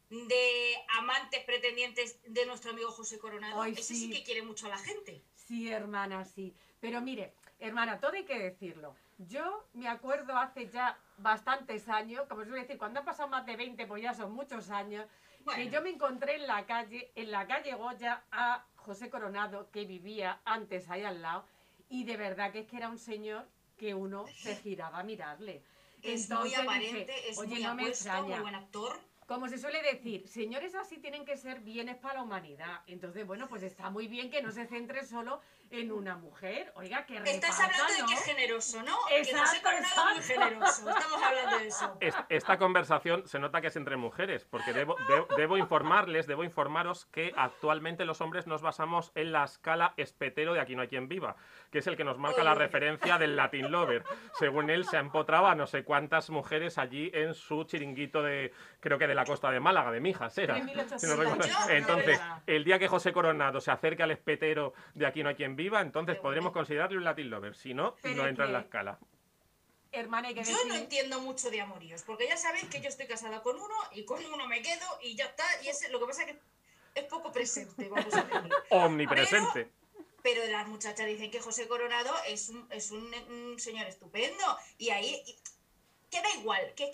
de amantes pretendientes de nuestro amigo José Coronado? Ay, Ese sí. sí que quiere mucho a la gente. Sí, hermana, sí. Pero mire, hermana, todo hay que decirlo. Yo me acuerdo hace ya bastantes años, como suele decir, cuando han pasado más de 20, pues ya son muchos años, Bueno. que yo me encontré en la calle Goya, a José Coronado, que vivía antes ahí al lado, y de verdad que es que era un señor que uno se giraba a mirarle. Es muy Entonces aparente, dije, es oye, muy no me apuesto, extraña. muy buen actor. Como se suele decir, señores así tienen que ser bienes para la humanidad. Entonces, bueno, pues está muy bien que no se centre solo en una mujer. Oiga, que Estás reparta, hablando de ¿no? que es generoso, ¿no? Exacto, que José Coronado es muy exacto. generoso. Estamos hablando de eso. Esta conversación se nota que es entre mujeres, porque debo informaros que actualmente los hombres nos basamos en la escala espetero de Aquí no hay quien viva, que es el que nos marca la Oye. referencia del Latin Lover. Según él, se ha empotrado a no sé cuántas mujeres allí en su chiringuito de, creo que de la costa de Málaga, de Mijas era. 3.800. Si no recuerdo. Yo, Entonces, verdad. el día que José Coronado se acerque al espetero de Aquí no hay quien viva, entonces Qué podremos bueno. considerarle un Latin Lover. Si no, Pero no es entra en la que- escala. Hermana, hay que Yo decir... no entiendo mucho de amoríos, porque ya sabéis que yo estoy casada con uno y con uno me quedo y ya está. Y ese, lo que pasa es que es poco presente, vamos a decir. Omnipresente. Pero las muchachas dicen que José Coronado es un señor estupendo. Y ahí que da igual, que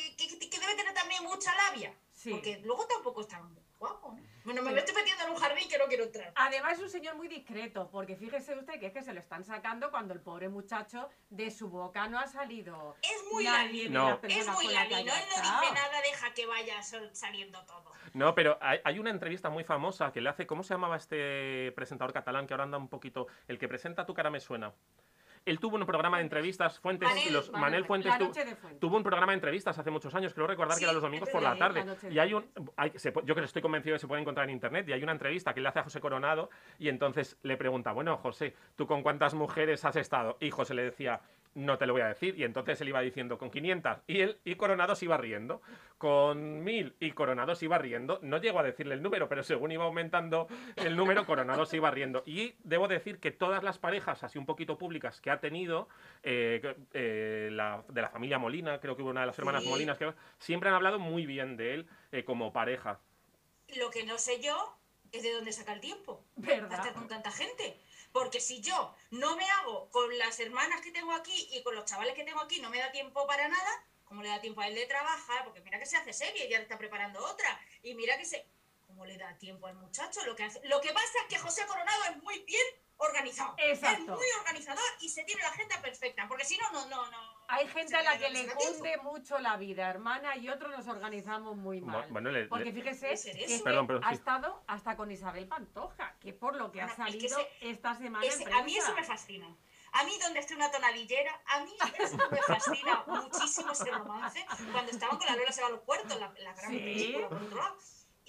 debe tener también mucha labia. Sí. Porque luego tampoco es tan guapo. Bueno, me estoy metiendo en un jardín que no quiero entrar. Además es un señor muy discreto, porque fíjese usted que es que se lo están sacando cuando el pobre muchacho de su boca no ha salido Es muy nadie de No. las personas Es muy con las que ladino, haya él no estado. dice nada, deja que vaya saliendo todo. No, pero hay una entrevista muy famosa que le hace, ¿cómo se llamaba este presentador catalán que ahora anda un poquito, el que presenta Tu cara me suena? Él tuvo un programa de entrevistas, Manel Fuentes La noche de Fuentes. tuvo un programa de entrevistas hace muchos años, creo recordar que Sí, era los domingos es por la verdad, tarde. La noche de Y hay yo que estoy convencido que se puede encontrar en internet, y hay una entrevista que le hace a José Coronado, y entonces le pregunta, bueno, José, ¿tú con cuántas mujeres has estado? Y José le decía, no te lo voy a decir, y entonces él iba diciendo con 500, y Coronado se iba riendo, con 1000, y Coronado se iba riendo. No llegó a decirle el número, pero según iba aumentando el número, Coronado se iba riendo. Y debo decir que todas las parejas, así un poquito públicas, que ha tenido, de la familia Molina, creo que hubo una de las hermanas Sí. Molinas, que siempre han hablado muy bien de él como pareja. Lo que no sé yo es de dónde saca el tiempo ¿Verdad? para estar con tanta gente. Porque si yo no me hago con las hermanas que tengo aquí y con los chavales que tengo aquí, no me da tiempo para nada, ¿cómo le da tiempo a él de trabajar? Porque mira que se hace serie y ya le está preparando otra. Y mira que ¿cómo le da tiempo al muchacho? Lo que pasa es que José Coronado es muy bien organizado. Exacto. Es muy organizador y se tiene la agenda perfecta. Porque si no. Hay gente a la que le saca tiempo. cunde mucho la vida, hermana, y otros nos organizamos muy mal. Bueno, Porque fíjese Puede ser que, eso. es que Perdón, ha sí. estado hasta con Isabel Pantoja, que por lo que ha Bueno, es que salido esta semana en a mí prensa. eso me fascina. A mí donde esté una tonalillera, a mí eso me fascina muchísimo ese romance. Cuando estaban con la Lola se va a los puertos, la gran Sí. película, por otro lado.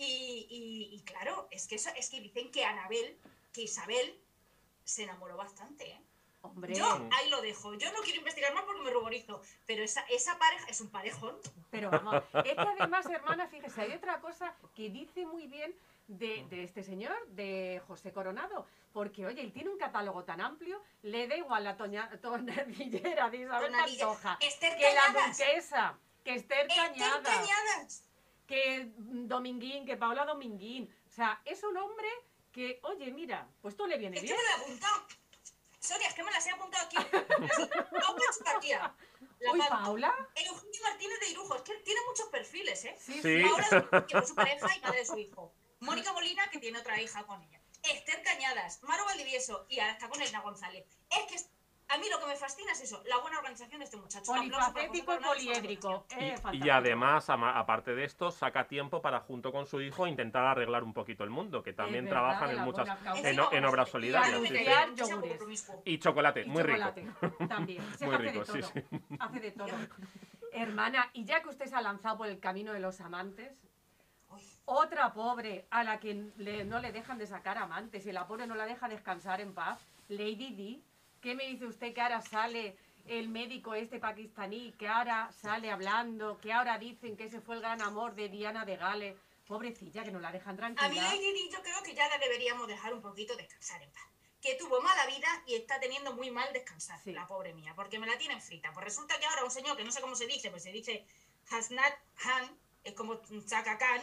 Y claro, es que dicen que Isabel se enamoró bastante, ¿eh? Hombre, Yo ahí lo dejo. Yo no quiero investigar más porque me ruborizo. Pero esa pareja es un parejón. pero vamos, es que además, hermana, fíjese, hay otra cosa que dice muy bien de este señor, de José Coronado, porque, oye, él tiene un catálogo tan amplio, le da igual la tonadillera de Isabel Tonadilla. Pantoja, Esther que la Cañadas. duquesa, que Esther Cañadas, Cañadas. que Dominguín, que Paola Dominguín. O sea, es un hombre que, oye, mira, pues todo le viene Es que bien. me lo he apuntado. Sonia, es que me las he apuntado aquí. Paula Chucaquía. Uy, Paula. Eugenio Martínez de Irujo. Es que tiene muchos perfiles, ¿eh? Sí, Sí. Paula, que fue su pareja y madre de su hijo. Mónica Molina, que tiene otra hija con ella. Esther Cañadas, Maro Valdivieso y ahora está con Elena González. Es que a mí lo que me fascina es eso, la buena organización de este muchacho. Un aplauso para José Polifacético y Coronado y su poliédrico. organización. Y Fantástico. además, aparte de esto, saca tiempo para, junto con su hijo, intentar arreglar un poquito el mundo, que también Es verdad, trabajan de en la muchas buena causa. en obras Y solidarias. algo Sí, de sí. crear Muchísimo yogures. promiscuo. Y chocolate, Y muy rico. chocolate también. Se Muy hace rico, de todo. sí, sí. Hace de todo. Hermana, y ya que usted se ha lanzado por el camino de los amantes, otra pobre a la que no le dejan de sacar amantes y la pobre no la deja descansar en paz, Lady Di. ¿Qué me dice usted que ahora sale el médico este pakistaní, que ahora sale hablando, que ahora dicen que ese fue el gran amor de Diana de Gales? Pobrecilla, que no la dejan A mí tranquila. Lady Di yo creo que ya la deberíamos dejar un poquito descansar en paz. Que tuvo mala vida y está teniendo muy mal descansar, Sí. la pobre mía, porque me la tienen frita. Pues resulta que ahora un señor que no sé cómo se dice, pues se dice Hasnat Khan, es como Chaka Khan,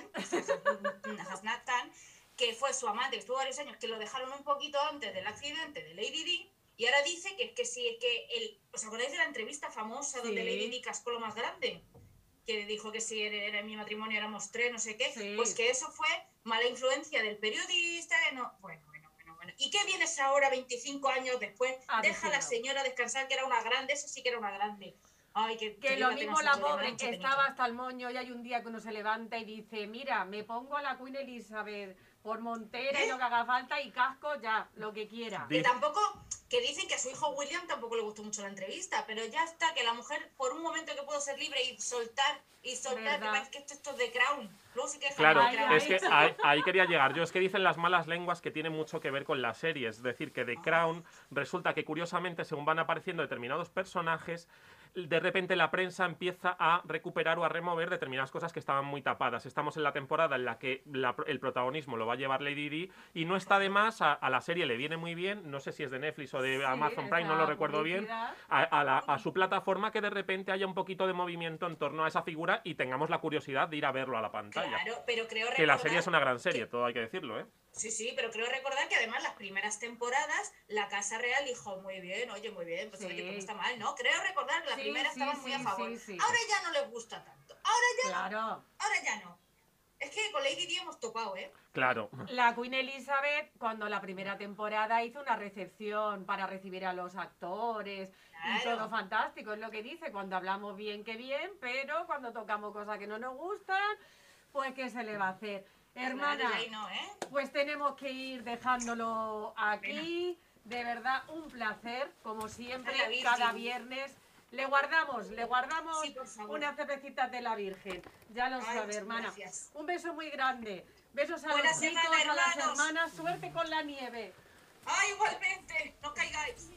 Hasnat Khan, que fue su amante, que estuvo varios años, que lo dejaron un poquito antes del accidente de Lady Di, y ahora dice que sí, es que ¿os acordáis de la entrevista famosa donde Sí. Lady Di cascó lo más grande? Que dijo que si era en mi matrimonio éramos 3, no sé qué, Sí. pues que eso fue mala influencia del periodista, que no, bueno. ¿Y qué vienes ahora 25 años después? A Deja a la decirlo. señora descansar, que era una grande, eso sí que era una grande. Ay, Que lo mismo la pobre que estaba hasta el moño y hay un día que uno se levanta y dice, mira, me pongo a la Queen Elizabeth por montera y lo que haga falta y casco ya, lo que quiera. Di- Que tampoco, que dicen que a su hijo William tampoco le gustó mucho la entrevista, pero ya está, que la mujer por un momento que pudo ser libre y soltar, que ¿Verdad? parece que esto es de Crown. Luego sí que dejan Claro, de Crown. es que ahí quería llegar. Yo es que dicen las malas lenguas que tiene mucho que ver con la serie. Es decir, que The Crown resulta que curiosamente, según van apareciendo determinados personajes, de repente la prensa empieza a recuperar o a remover determinadas cosas que estaban muy tapadas. Estamos en la temporada en la que el protagonismo lo va a llevar Lady Di y no está de más, a la serie le viene muy bien, no sé si es de Netflix o de Sí, Amazon Prime, no esa lo recuerdo bien, publicidad. a su plataforma, que de repente haya un poquito de movimiento en torno a esa figura y tengamos la curiosidad de ir a verlo a la pantalla. Claro, pero creo Que la recordar serie es una gran serie, que- todo hay que decirlo, ¿eh? Sí, sí, pero creo recordar que además las primeras temporadas la Casa Real dijo muy bien, oye, muy bien, pues Sí. oye, que no está mal, ¿no? Creo recordar que las Sí, primeras sí, estaban muy a sí, favor. sí, sí. Ahora ya no les gusta tanto. Ahora Claro. ya no. Es que con Lady Di hemos topado, ¿eh? Claro. La Queen Elizabeth, cuando la primera temporada hizo una recepción para recibir a los actores y Claro. todo fantástico, es lo que dice, cuando hablamos bien que bien, pero cuando tocamos cosas que no nos gustan, pues ¿qué se le va a hacer? Hermana, Claro, ahí no, ¿eh? pues tenemos que ir dejándolo aquí. De verdad, un placer, como siempre, A la Virgen. cada viernes. Le guardamos Sí, por favor. unas cervecitas de la Virgen. Ya lo Ay, sabe, muchas hermana. gracias. Un beso muy grande. Besos a Buena los chicos, semana, a las hermanos. hermanas. Suerte con la nieve. ¡Ay, igualmente! ¡No caigáis!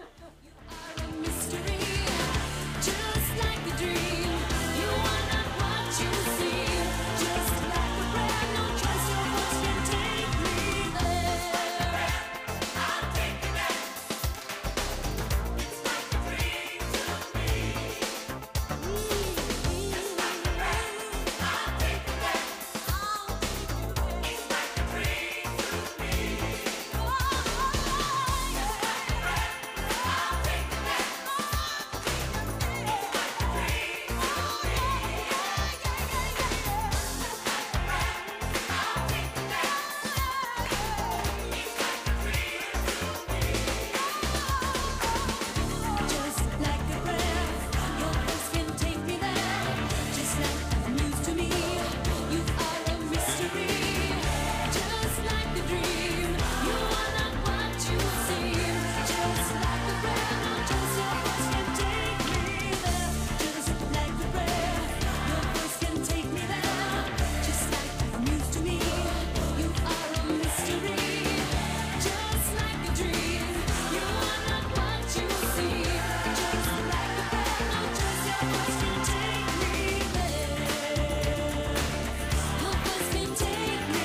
mystery, just like a dream. You are not what you seem, just like a brand new choice. Your voice can take me there. I'll take you there. It's like a dream to me. Just like a brand new. I'll take you there. It's like a dream to me. Just like a breath, your voice can take me there. Just like news to me, you are a mystery. Just like a dream, you are not what you seem. Just like a breath, just your voice can take me there. Just like a breath, your voice can take me there. Just like news to me, you are a mystery. Just like a dream, you are not what you seem. Just like a breath, just your voice can take me there. Your voice can take me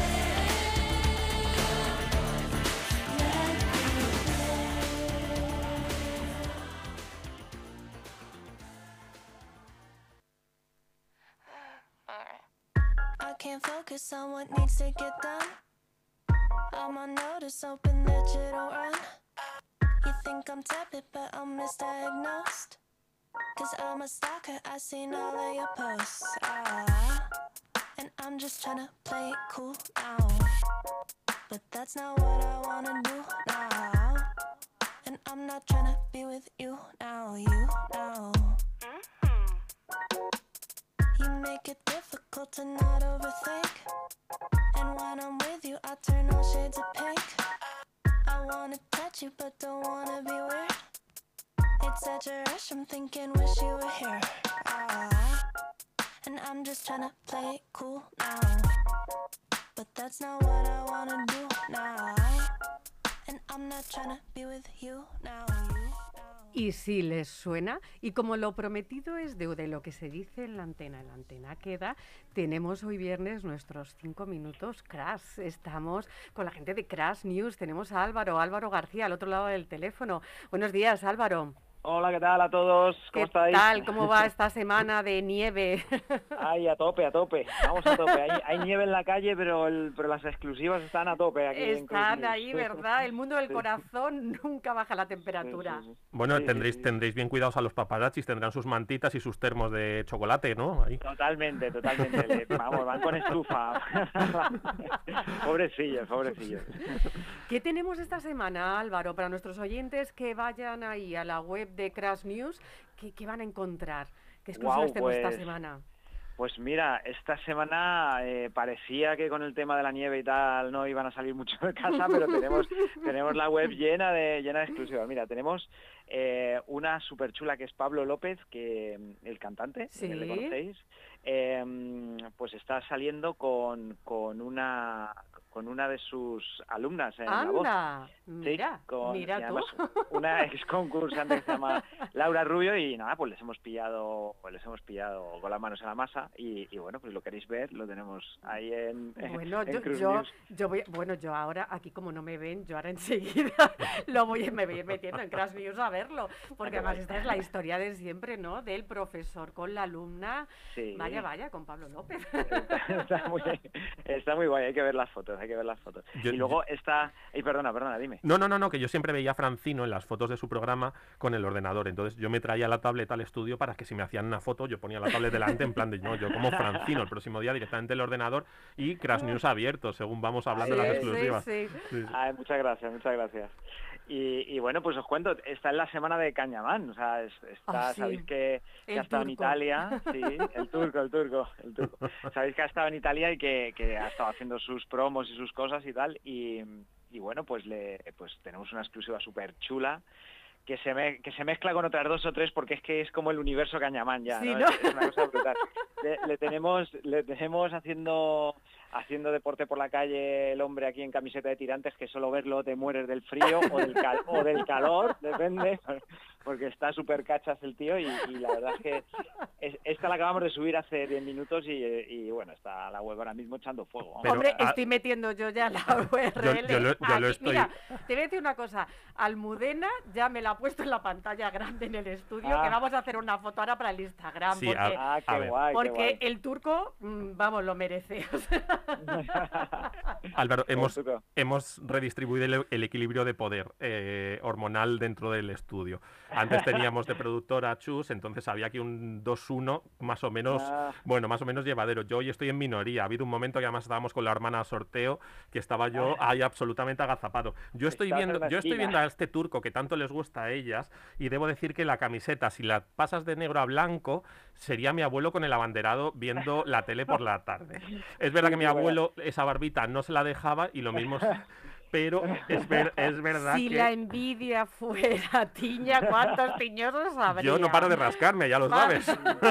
I can't focus on what needs to get done. I'm on notice, hoping that you don't run. think I'm tepid, but I'm misdiagnosed. 'Cause I'm a stalker, I seen all of your posts. And I'm just tryna play it cool now. But that's not what I wanna do now. And I'm not tryna be with you now, You make it difficult to not overthink. And when I'm with you, I turn all shades of pink. I wanna touch you, but don't wanna be weird. It's such a rush, I'm thinking, wish you were here. And I'm just tryna play it cool now. But that's not what I wanna do now. And I'm not tryna be with you now, Y si les suena, y como lo prometido es deuda, lo que se dice en la antena queda, tenemos hoy viernes nuestros 5 minutos Crash. Estamos con la gente de Crash News, tenemos a Álvaro García al otro lado del teléfono. Buenos días, Álvaro. Hola, ¿qué tal a todos? ¿Cómo estáis? ¿Qué tal? ¿Cómo va esta semana de nieve? Ay, a tope. Vamos a tope. Hay nieve en la calle, pero las exclusivas están a tope aquí. Están ahí, ¿verdad? El mundo del corazón nunca baja la temperatura. Sí. Bueno, tendréis bien cuidados a los paparazzis, tendrán sus mantitas y sus termos de chocolate, ¿no? Ahí. Totalmente. Vamos, van con estufa. Pobrecillos. ¿Qué tenemos esta semana, Álvaro, para nuestros oyentes que vayan ahí a la web de Crash News? ¿Qué van a encontrar? ¿Qué exclusivas tenemos esta semana? Pues mira, esta semana parecía que con el tema de la nieve y tal no iban a salir mucho de casa, pero tenemos la web llena de exclusivas. Mira, tenemos una súper chula que es Pablo López, que el cantante, ¿Sí? ¿le conocéis? Pues está saliendo con una de sus alumnas en La Voz. ¡Anda! Mira, Sí, mira tú. Una ex concursante que se llama Laura Rubio y nada, pues les hemos pillado con las manos en la masa y bueno, pues lo queréis ver, lo tenemos ahí en Bueno, Cruise News. yo ahora, aquí como no me ven, yo ahora enseguida me voy a ir metiendo en Crash News a verlo, porque además esta es la historia de siempre, ¿no? Del profesor con la alumna. Sí. Vaya, con Pablo López. Está muy guay, hay que ver las fotos. Y luego está... perdona, dime. No, que yo siempre veía a Francino en las fotos de su programa con el ordenador, entonces yo me traía la tablet al estudio para que si me hacían una foto yo ponía la tablet delante en plan de, no, yo como Francino, el próximo día directamente el ordenador y Crash News abierto, según vamos hablando de las exclusivas. Sí. Ay, muchas gracias. Y bueno, pues os cuento, está en la semana de Cañamán, o sea, Sí. sabéis que ha estado en Italia, sí, el turco. Sabéis que ha estado en Italia y que ha estado haciendo sus promos y sus cosas y tal, y bueno, pues tenemos una exclusiva súper chula, que se mezcla con otras 2 o 3 porque es que es como el universo Cañamán ya, Sí, ¿no? ¿no? Es una cosa brutal. Le tenemos haciendo deporte por la calle el hombre aquí en camiseta de tirantes, que solo verlo te mueres del frío o del calor, depende, porque está súper cachas el tío y la verdad es que esta la acabamos de subir hace 10 minutos y bueno, está la web ahora mismo echando fuego. Pero, Hombre, estoy metiendo yo ya la URL. Yo lo estoy... Mira, te voy a decir una cosa. Almudena ya me la ha puesto en la pantalla grande en el estudio, que vamos a hacer una foto ahora para el Instagram. Sí, porque qué guay. porque el turco, vamos, lo merece. O sea. Álvaro, hemos redistribuido el equilibrio de poder hormonal dentro del estudio. Antes teníamos de productora a Chus, entonces había aquí un 2-1 más o menos, más o menos llevadero. Yo hoy estoy en minoría. Ha habido un momento que además estábamos con la hermana sorteo, que estaba yo ahí absolutamente agazapado. Yo estoy viendo a este turco que tanto les gusta a ellas y debo decir que la camiseta, si la pasas de negro a blanco, sería mi abuelo con el abanderado viendo la tele por la tarde. Es verdad que mi abuelo esa barbita no se la dejaba y lo mismo... Pero es verdad si que... la envidia fuera tiña, ¿cuántos tiñosos habría? Yo no paro de rascarme, ya lo sabes.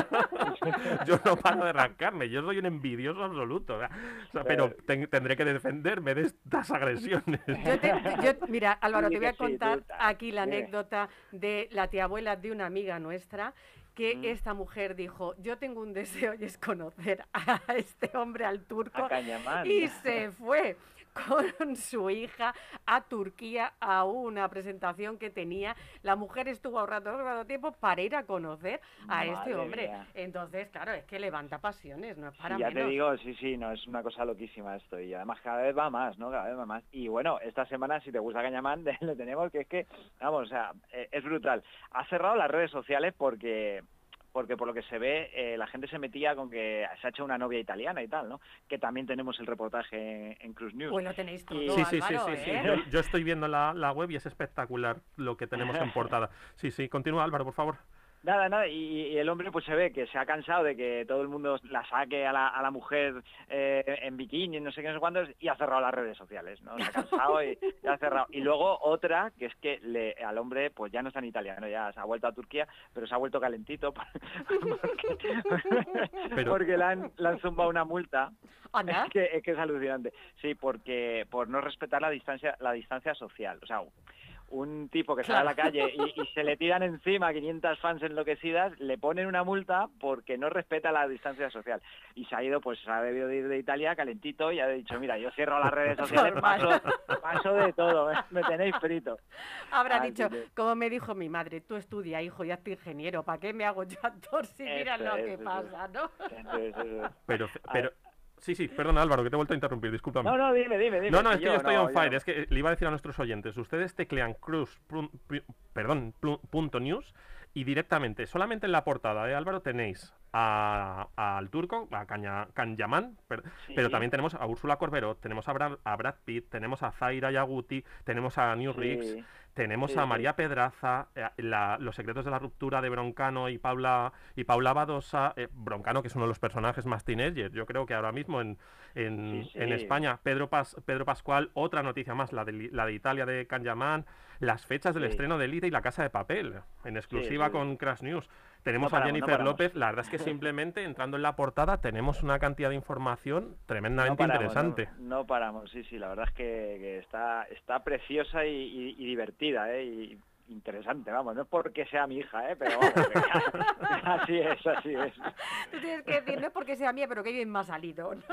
Yo no paro de rascarme, yo soy un envidioso absoluto. O sea, pero tendré que defenderme de estas agresiones. Mira, Álvaro, te voy a contar aquí la anécdota de la tía abuela de una amiga nuestra, que esta mujer dijo, yo tengo un deseo y es conocer a este hombre, al turco, y se fue con su hija a Turquía a una presentación que tenía. La mujer estuvo ahorrando tiempo para ir a conocer a este Madre hombre. mía. Entonces, claro, es que levanta pasiones, no es para Sí, ya menos. te digo, sí, no, es una cosa loquísima esto. Y además cada vez va más, ¿no? Cada vez va más. Y bueno, esta semana, si te gusta Cañamán, lo tenemos, que es que, vamos, o sea, es brutal. Ha cerrado las redes sociales porque por lo que se ve, la gente se metía con que se ha hecho una novia italiana y tal, ¿no? Que también tenemos el reportaje en Cruz News. Pues lo tenéis todo, Y- Sí, Álvaro, sí. ¿eh? Yo estoy viendo la web y es espectacular lo que tenemos en portada. Sí, continúa, Álvaro, por favor. Nada, y el hombre pues se ve que se ha cansado de que todo el mundo la saque a la mujer en bikini, no sé qué, no sé cuántos, y ha cerrado las redes sociales, ¿no? Se ha cansado y ha cerrado. Y luego otra, que es que al hombre pues ya no está en Italia, ¿no? Ya se ha vuelto a Turquía, pero se ha vuelto calentito porque le han zumbado una multa. Anda. Es que es alucinante. Sí, porque por no respetar la distancia social. O sea, un tipo que sale a la calle y se le tiran encima 500 fans enloquecidas, le ponen una multa porque no respeta la distancia social. Y se ha ido, pues se ha debido de ir de Italia calentito y ha dicho, mira, yo cierro las redes sociales, paso de todo, me tenéis frito. Habrá Así dicho, que- como me dijo mi madre, tú estudia, hijo, ya estoy ingeniero, ¿para qué me hago yo actor si mira Eso lo es, que eso pasa, no? Eso es. Pero, sí, perdona, Álvaro, que te he vuelto a interrumpir, discúlpame. No, dime. No, que es que yo estoy on fire. no. Es que le iba a decir a nuestros oyentes, ustedes teclean punto news y directamente, solamente en la portada de Álvaro tenéis al turco, a Cañamán, Sí. pero también tenemos a Úrsula Corberó, tenemos a Brad Pitt, tenemos a Zaira Yaguti, tenemos a New Sí. Riggs, tenemos Sí, a sí. María Pedraza, Los secretos de la ruptura de Broncano y Paula Badosa, Broncano, que es uno de los personajes más teenagers, yo creo que ahora mismo en Sí. España, Pedro Pascual, otra noticia más, la de Italia de Cañamán, las fechas del Sí. estreno de Elite y La Casa de Papel, en exclusiva Sí. con Crash News. Tenemos No a paramos, Jennifer no paramos. López, la verdad es que simplemente entrando en la portada tenemos una cantidad de información tremendamente No paramos, interesante. No paramos, sí, la verdad es que está preciosa y divertida, y interesante, vamos, no es porque sea mi hija, pero vamos, así es. Tú tienes que decir, no es porque sea mía, pero que bien me ha salido, ¿no?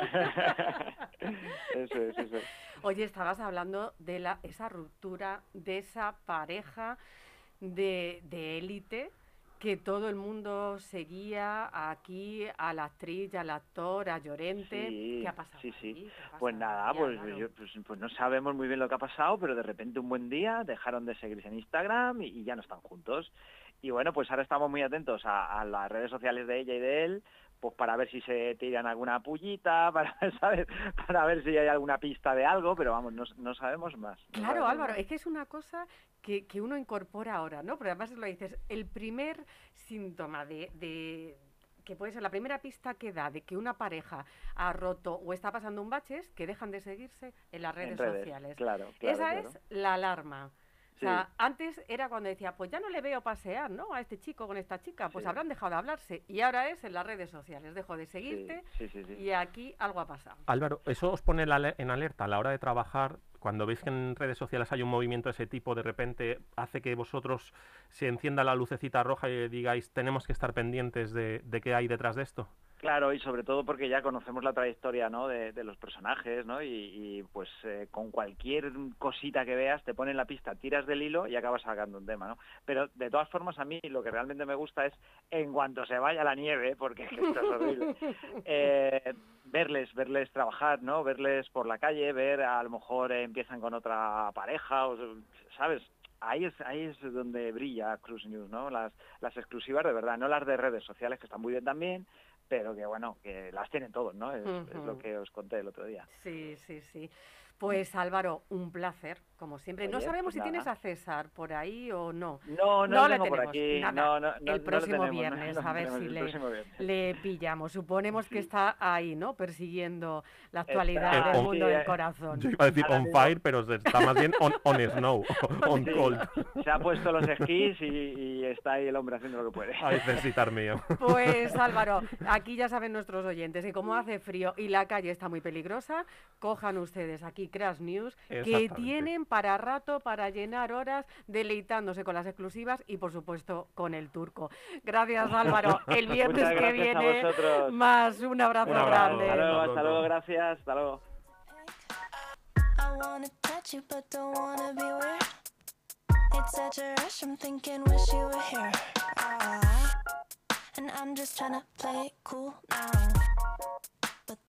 Eso es. Oye, estabas hablando de esa ruptura, de esa pareja de élite que todo el mundo seguía aquí, a la actriz, y al actor, a Llorente. Sí, ¿Qué ha pasado? sí. ahí? ¿Qué ha Pues pasado nada, ahí, pues, Álvaro? pues no sabemos muy bien lo que ha pasado, pero de repente un buen día dejaron de seguirse en Instagram y ya no están juntos. Y bueno, pues ahora estamos muy atentos a las redes sociales de ella y de él, pues para ver si se tiran alguna pullita, para ver si hay alguna pista de algo, pero vamos, no sabemos más. no Claro, sabemos Álvaro, más. es que es una cosa que uno incorpora ahora, ¿no? Pero además lo dices, el primer síntoma de que puede ser la primera pista que da de que una pareja ha roto o está pasando un bache es que dejan de seguirse en las redes sociales. Claro, Esa claro. es la alarma. O Sí. sea, antes era cuando decía, pues ya no le veo pasear, ¿no? A este chico con esta chica, pues Sí. habrán dejado de hablarse. Y ahora es en las redes sociales, dejo de seguirte Sí. y aquí algo ha pasado. Álvaro, ¿eso os pone en alerta a la hora de trabajar? Cuando veis que en redes sociales hay un movimiento de ese tipo, de repente hace que vosotros se encienda la lucecita roja y digáis, tenemos que estar pendientes de qué hay detrás de esto. Claro, y sobre todo porque ya conocemos la trayectoria, ¿no?, de los personajes, ¿no? Y pues con cualquier cosita que veas te ponen la pista, tiras del hilo y acabas sacando un tema, ¿no? Pero de todas formas a mí lo que realmente me gusta es en cuanto se vaya la nieve, porque esto es horrible, verles trabajar, ¿no? Verles por la calle, ver a lo mejor empiezan con otra pareja, ¿sabes? Ahí es donde brilla Cruz News, ¿no? Las exclusivas de verdad, no las de redes sociales, que están muy bien también, pero que bueno, que las tienen todos, ¿no? Es lo que os conté el otro día. Sí. Pues Álvaro, un placer, como siempre. No Oye, sabemos pues si tienes nada. a César por ahí o no. No le tengo por tenemos, aquí. nada. No, El no le próximo tenemos, viernes, a ver tenemos si el próximo viernes. le pillamos. Suponemos que Sí. está ahí, ¿no? Persiguiendo la Está- actualidad del sí, mundo del corazón. Yo iba a decir Ahora on mismo- fire, pero está más bien on snow, on Sí, cold. se ha puesto los esquís y está ahí el hombre haciendo lo que puede. Ay, necesitar mío. Pues Álvaro, aquí ya saben nuestros oyentes que como hace frío y la calle está muy peligrosa, cojan ustedes aquí Crash News, que Exactamente. tienen para rato, para llenar horas, deleitándose con las exclusivas y por supuesto con el turco. Gracias Álvaro, el viernes Muchas que gracias a viene vosotros. más un abrazo Un abrazo. grande. Hasta luego, Hasta pronto. gracias, hasta luego. wanna touch you, but don't wanna be weird. It's such a rush, I'm thinking, wish you were here. And I'm just tryna play it cool now.